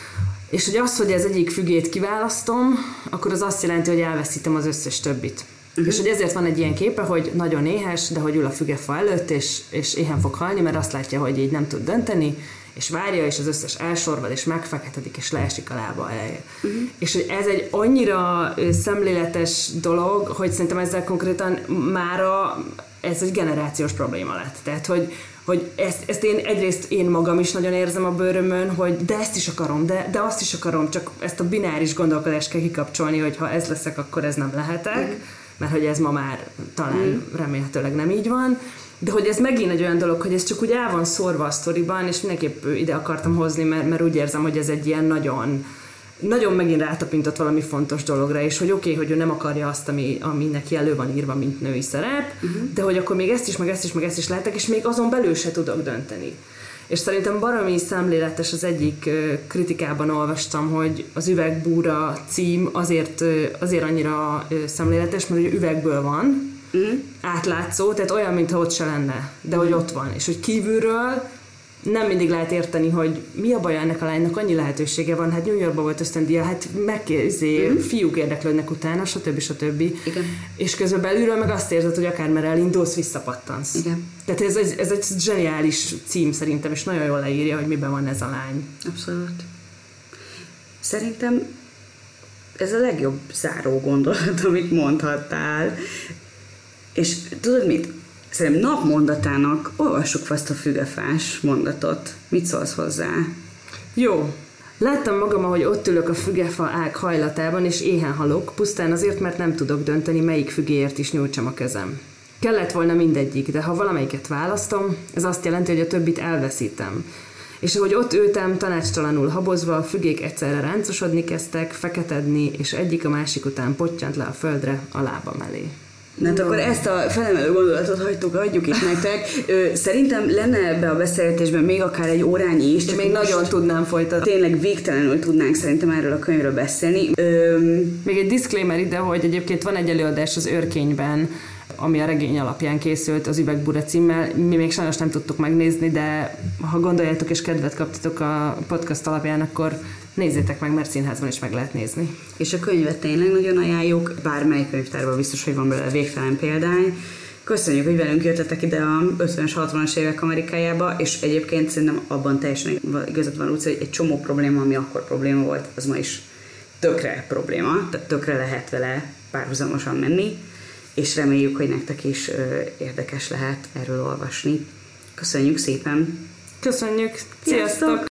és hogy az, hogy az egyik fügét kiválasztom, akkor az azt jelenti, hogy elveszítem az összes többit. Uh-huh. És hogy ezért van egy ilyen képe, hogy nagyon éhes, de hogy ül a fügefa előtt, és, és éhen fog halni, mert azt látja, hogy így nem tud dönteni, és várja, és az összes elsorvad, és megfeketedik, és leesik a lába elejére. Uh-huh. És hogy ez egy annyira szemléletes dolog, hogy szerintem ezzel konkrétan mára ez egy generációs probléma lett. Tehát, hogy, hogy ezt, ezt én egyrészt én magam is nagyon érzem a bőrömön, hogy de ezt is akarom, de, de azt is akarom, csak ezt a bináris gondolkodást kell kikapcsolni, hogy ha ez leszek, akkor ez nem lehetek. Uh-huh. Mert hogy ez ma már talán mm. remélhetőleg nem így van, de hogy ez megint egy olyan dolog, hogy ez csak úgy el van szórva a sztoriban, és mindenképp ide akartam hozni, mert, mert úgy érzem, hogy ez egy ilyen nagyon, nagyon megint rátapintott valami fontos dologra, és hogy oké, okay, hogy ő nem akarja azt, ami, ami neki elő van írva, mint női szerep, uh-huh. de hogy akkor még ezt is, meg ezt is, meg ezt is lehetek, és még azon belül se tudok dönteni. És szerintem baromi szemléletes, az egyik kritikában olvastam, hogy az Üvegbúra cím azért, azért annyira szemléletes, mert ugye üvegből van, mm. átlátszó, tehát olyan, mintha ott se lenne, de hogy ott van. És hogy kívülről nem mindig lehet érteni, hogy mi a baj ennek a lánynak, annyi lehetősége van, hát New Yorkban volt ösztöndíja, hát megkérdezi, mm. fiúk érdeklődnek utána, stb. stb. Igen. És közben belülről meg azt érzed, hogy akármerre elindulsz, visszapattansz. Igen. Tehát ez, ez, ez egy zseniális cím szerintem, és nagyon jól leírja, hogy miben van ez a lány. Abszolút. Szerintem ez a legjobb záró gondolat, amit mondhattál. És tudod mit? Szerintem napmondatának olvassuk azt a fügefás mondatot. Mit szólsz hozzá? Jó. Láttam magam, ahogy ott ülök a fügefa ág hajlatában, és éhen halok, pusztán azért, mert nem tudok dönteni, melyik fügéért is nyújtsam a kezem. Kellett volna mindegyik, de ha valamelyiket választom, ez azt jelenti, hogy a többit elveszítem. És ahogy ott ültem, tanácstalanul habozva, a fügék egyszerre ráncosodni kezdtek, feketedni, és egyik a másik után pottyant le a földre a lábam elé. Na hát akkor ezt a felemelő gondolatot hagytuk, adjuk itt nektek. Szerintem lenne ebbe a beszélgetésben még akár egy órányi is. Csak még nagyon tudnám folytatni. Tényleg végtelenül tudnánk szerintem erről a könyvről beszélni. Öm... Még egy disclaimer ide, hogy egyébként van egy előadás az Őrkényben, ami a regény alapján készült, az Üvegbúra címmel. Mi még sajnos nem tudtuk megnézni, de ha gondoljátok és kedvet kaptatok a podcast alapján, akkor nézzétek meg, mert színházban is meg lehet nézni. És a könyvet tényleg nagyon ajánljuk, bármely könyvtárban biztos, hogy van belőle végtelen példány. Köszönjük, hogy velünk jöttetek ide a ötvenes, hatvanas évek Amerikájába, és egyébként szerintem abban teljesen igazad van, úgy, hogy egy csomó probléma, ami akkor probléma volt, az ma is tökre probléma, tehát tökre lehet vele párhuzamosan menni, és reméljük, hogy nektek is ö, érdekes lehet erről olvasni. Köszönjük szépen! Köszönjük! Sziasztok!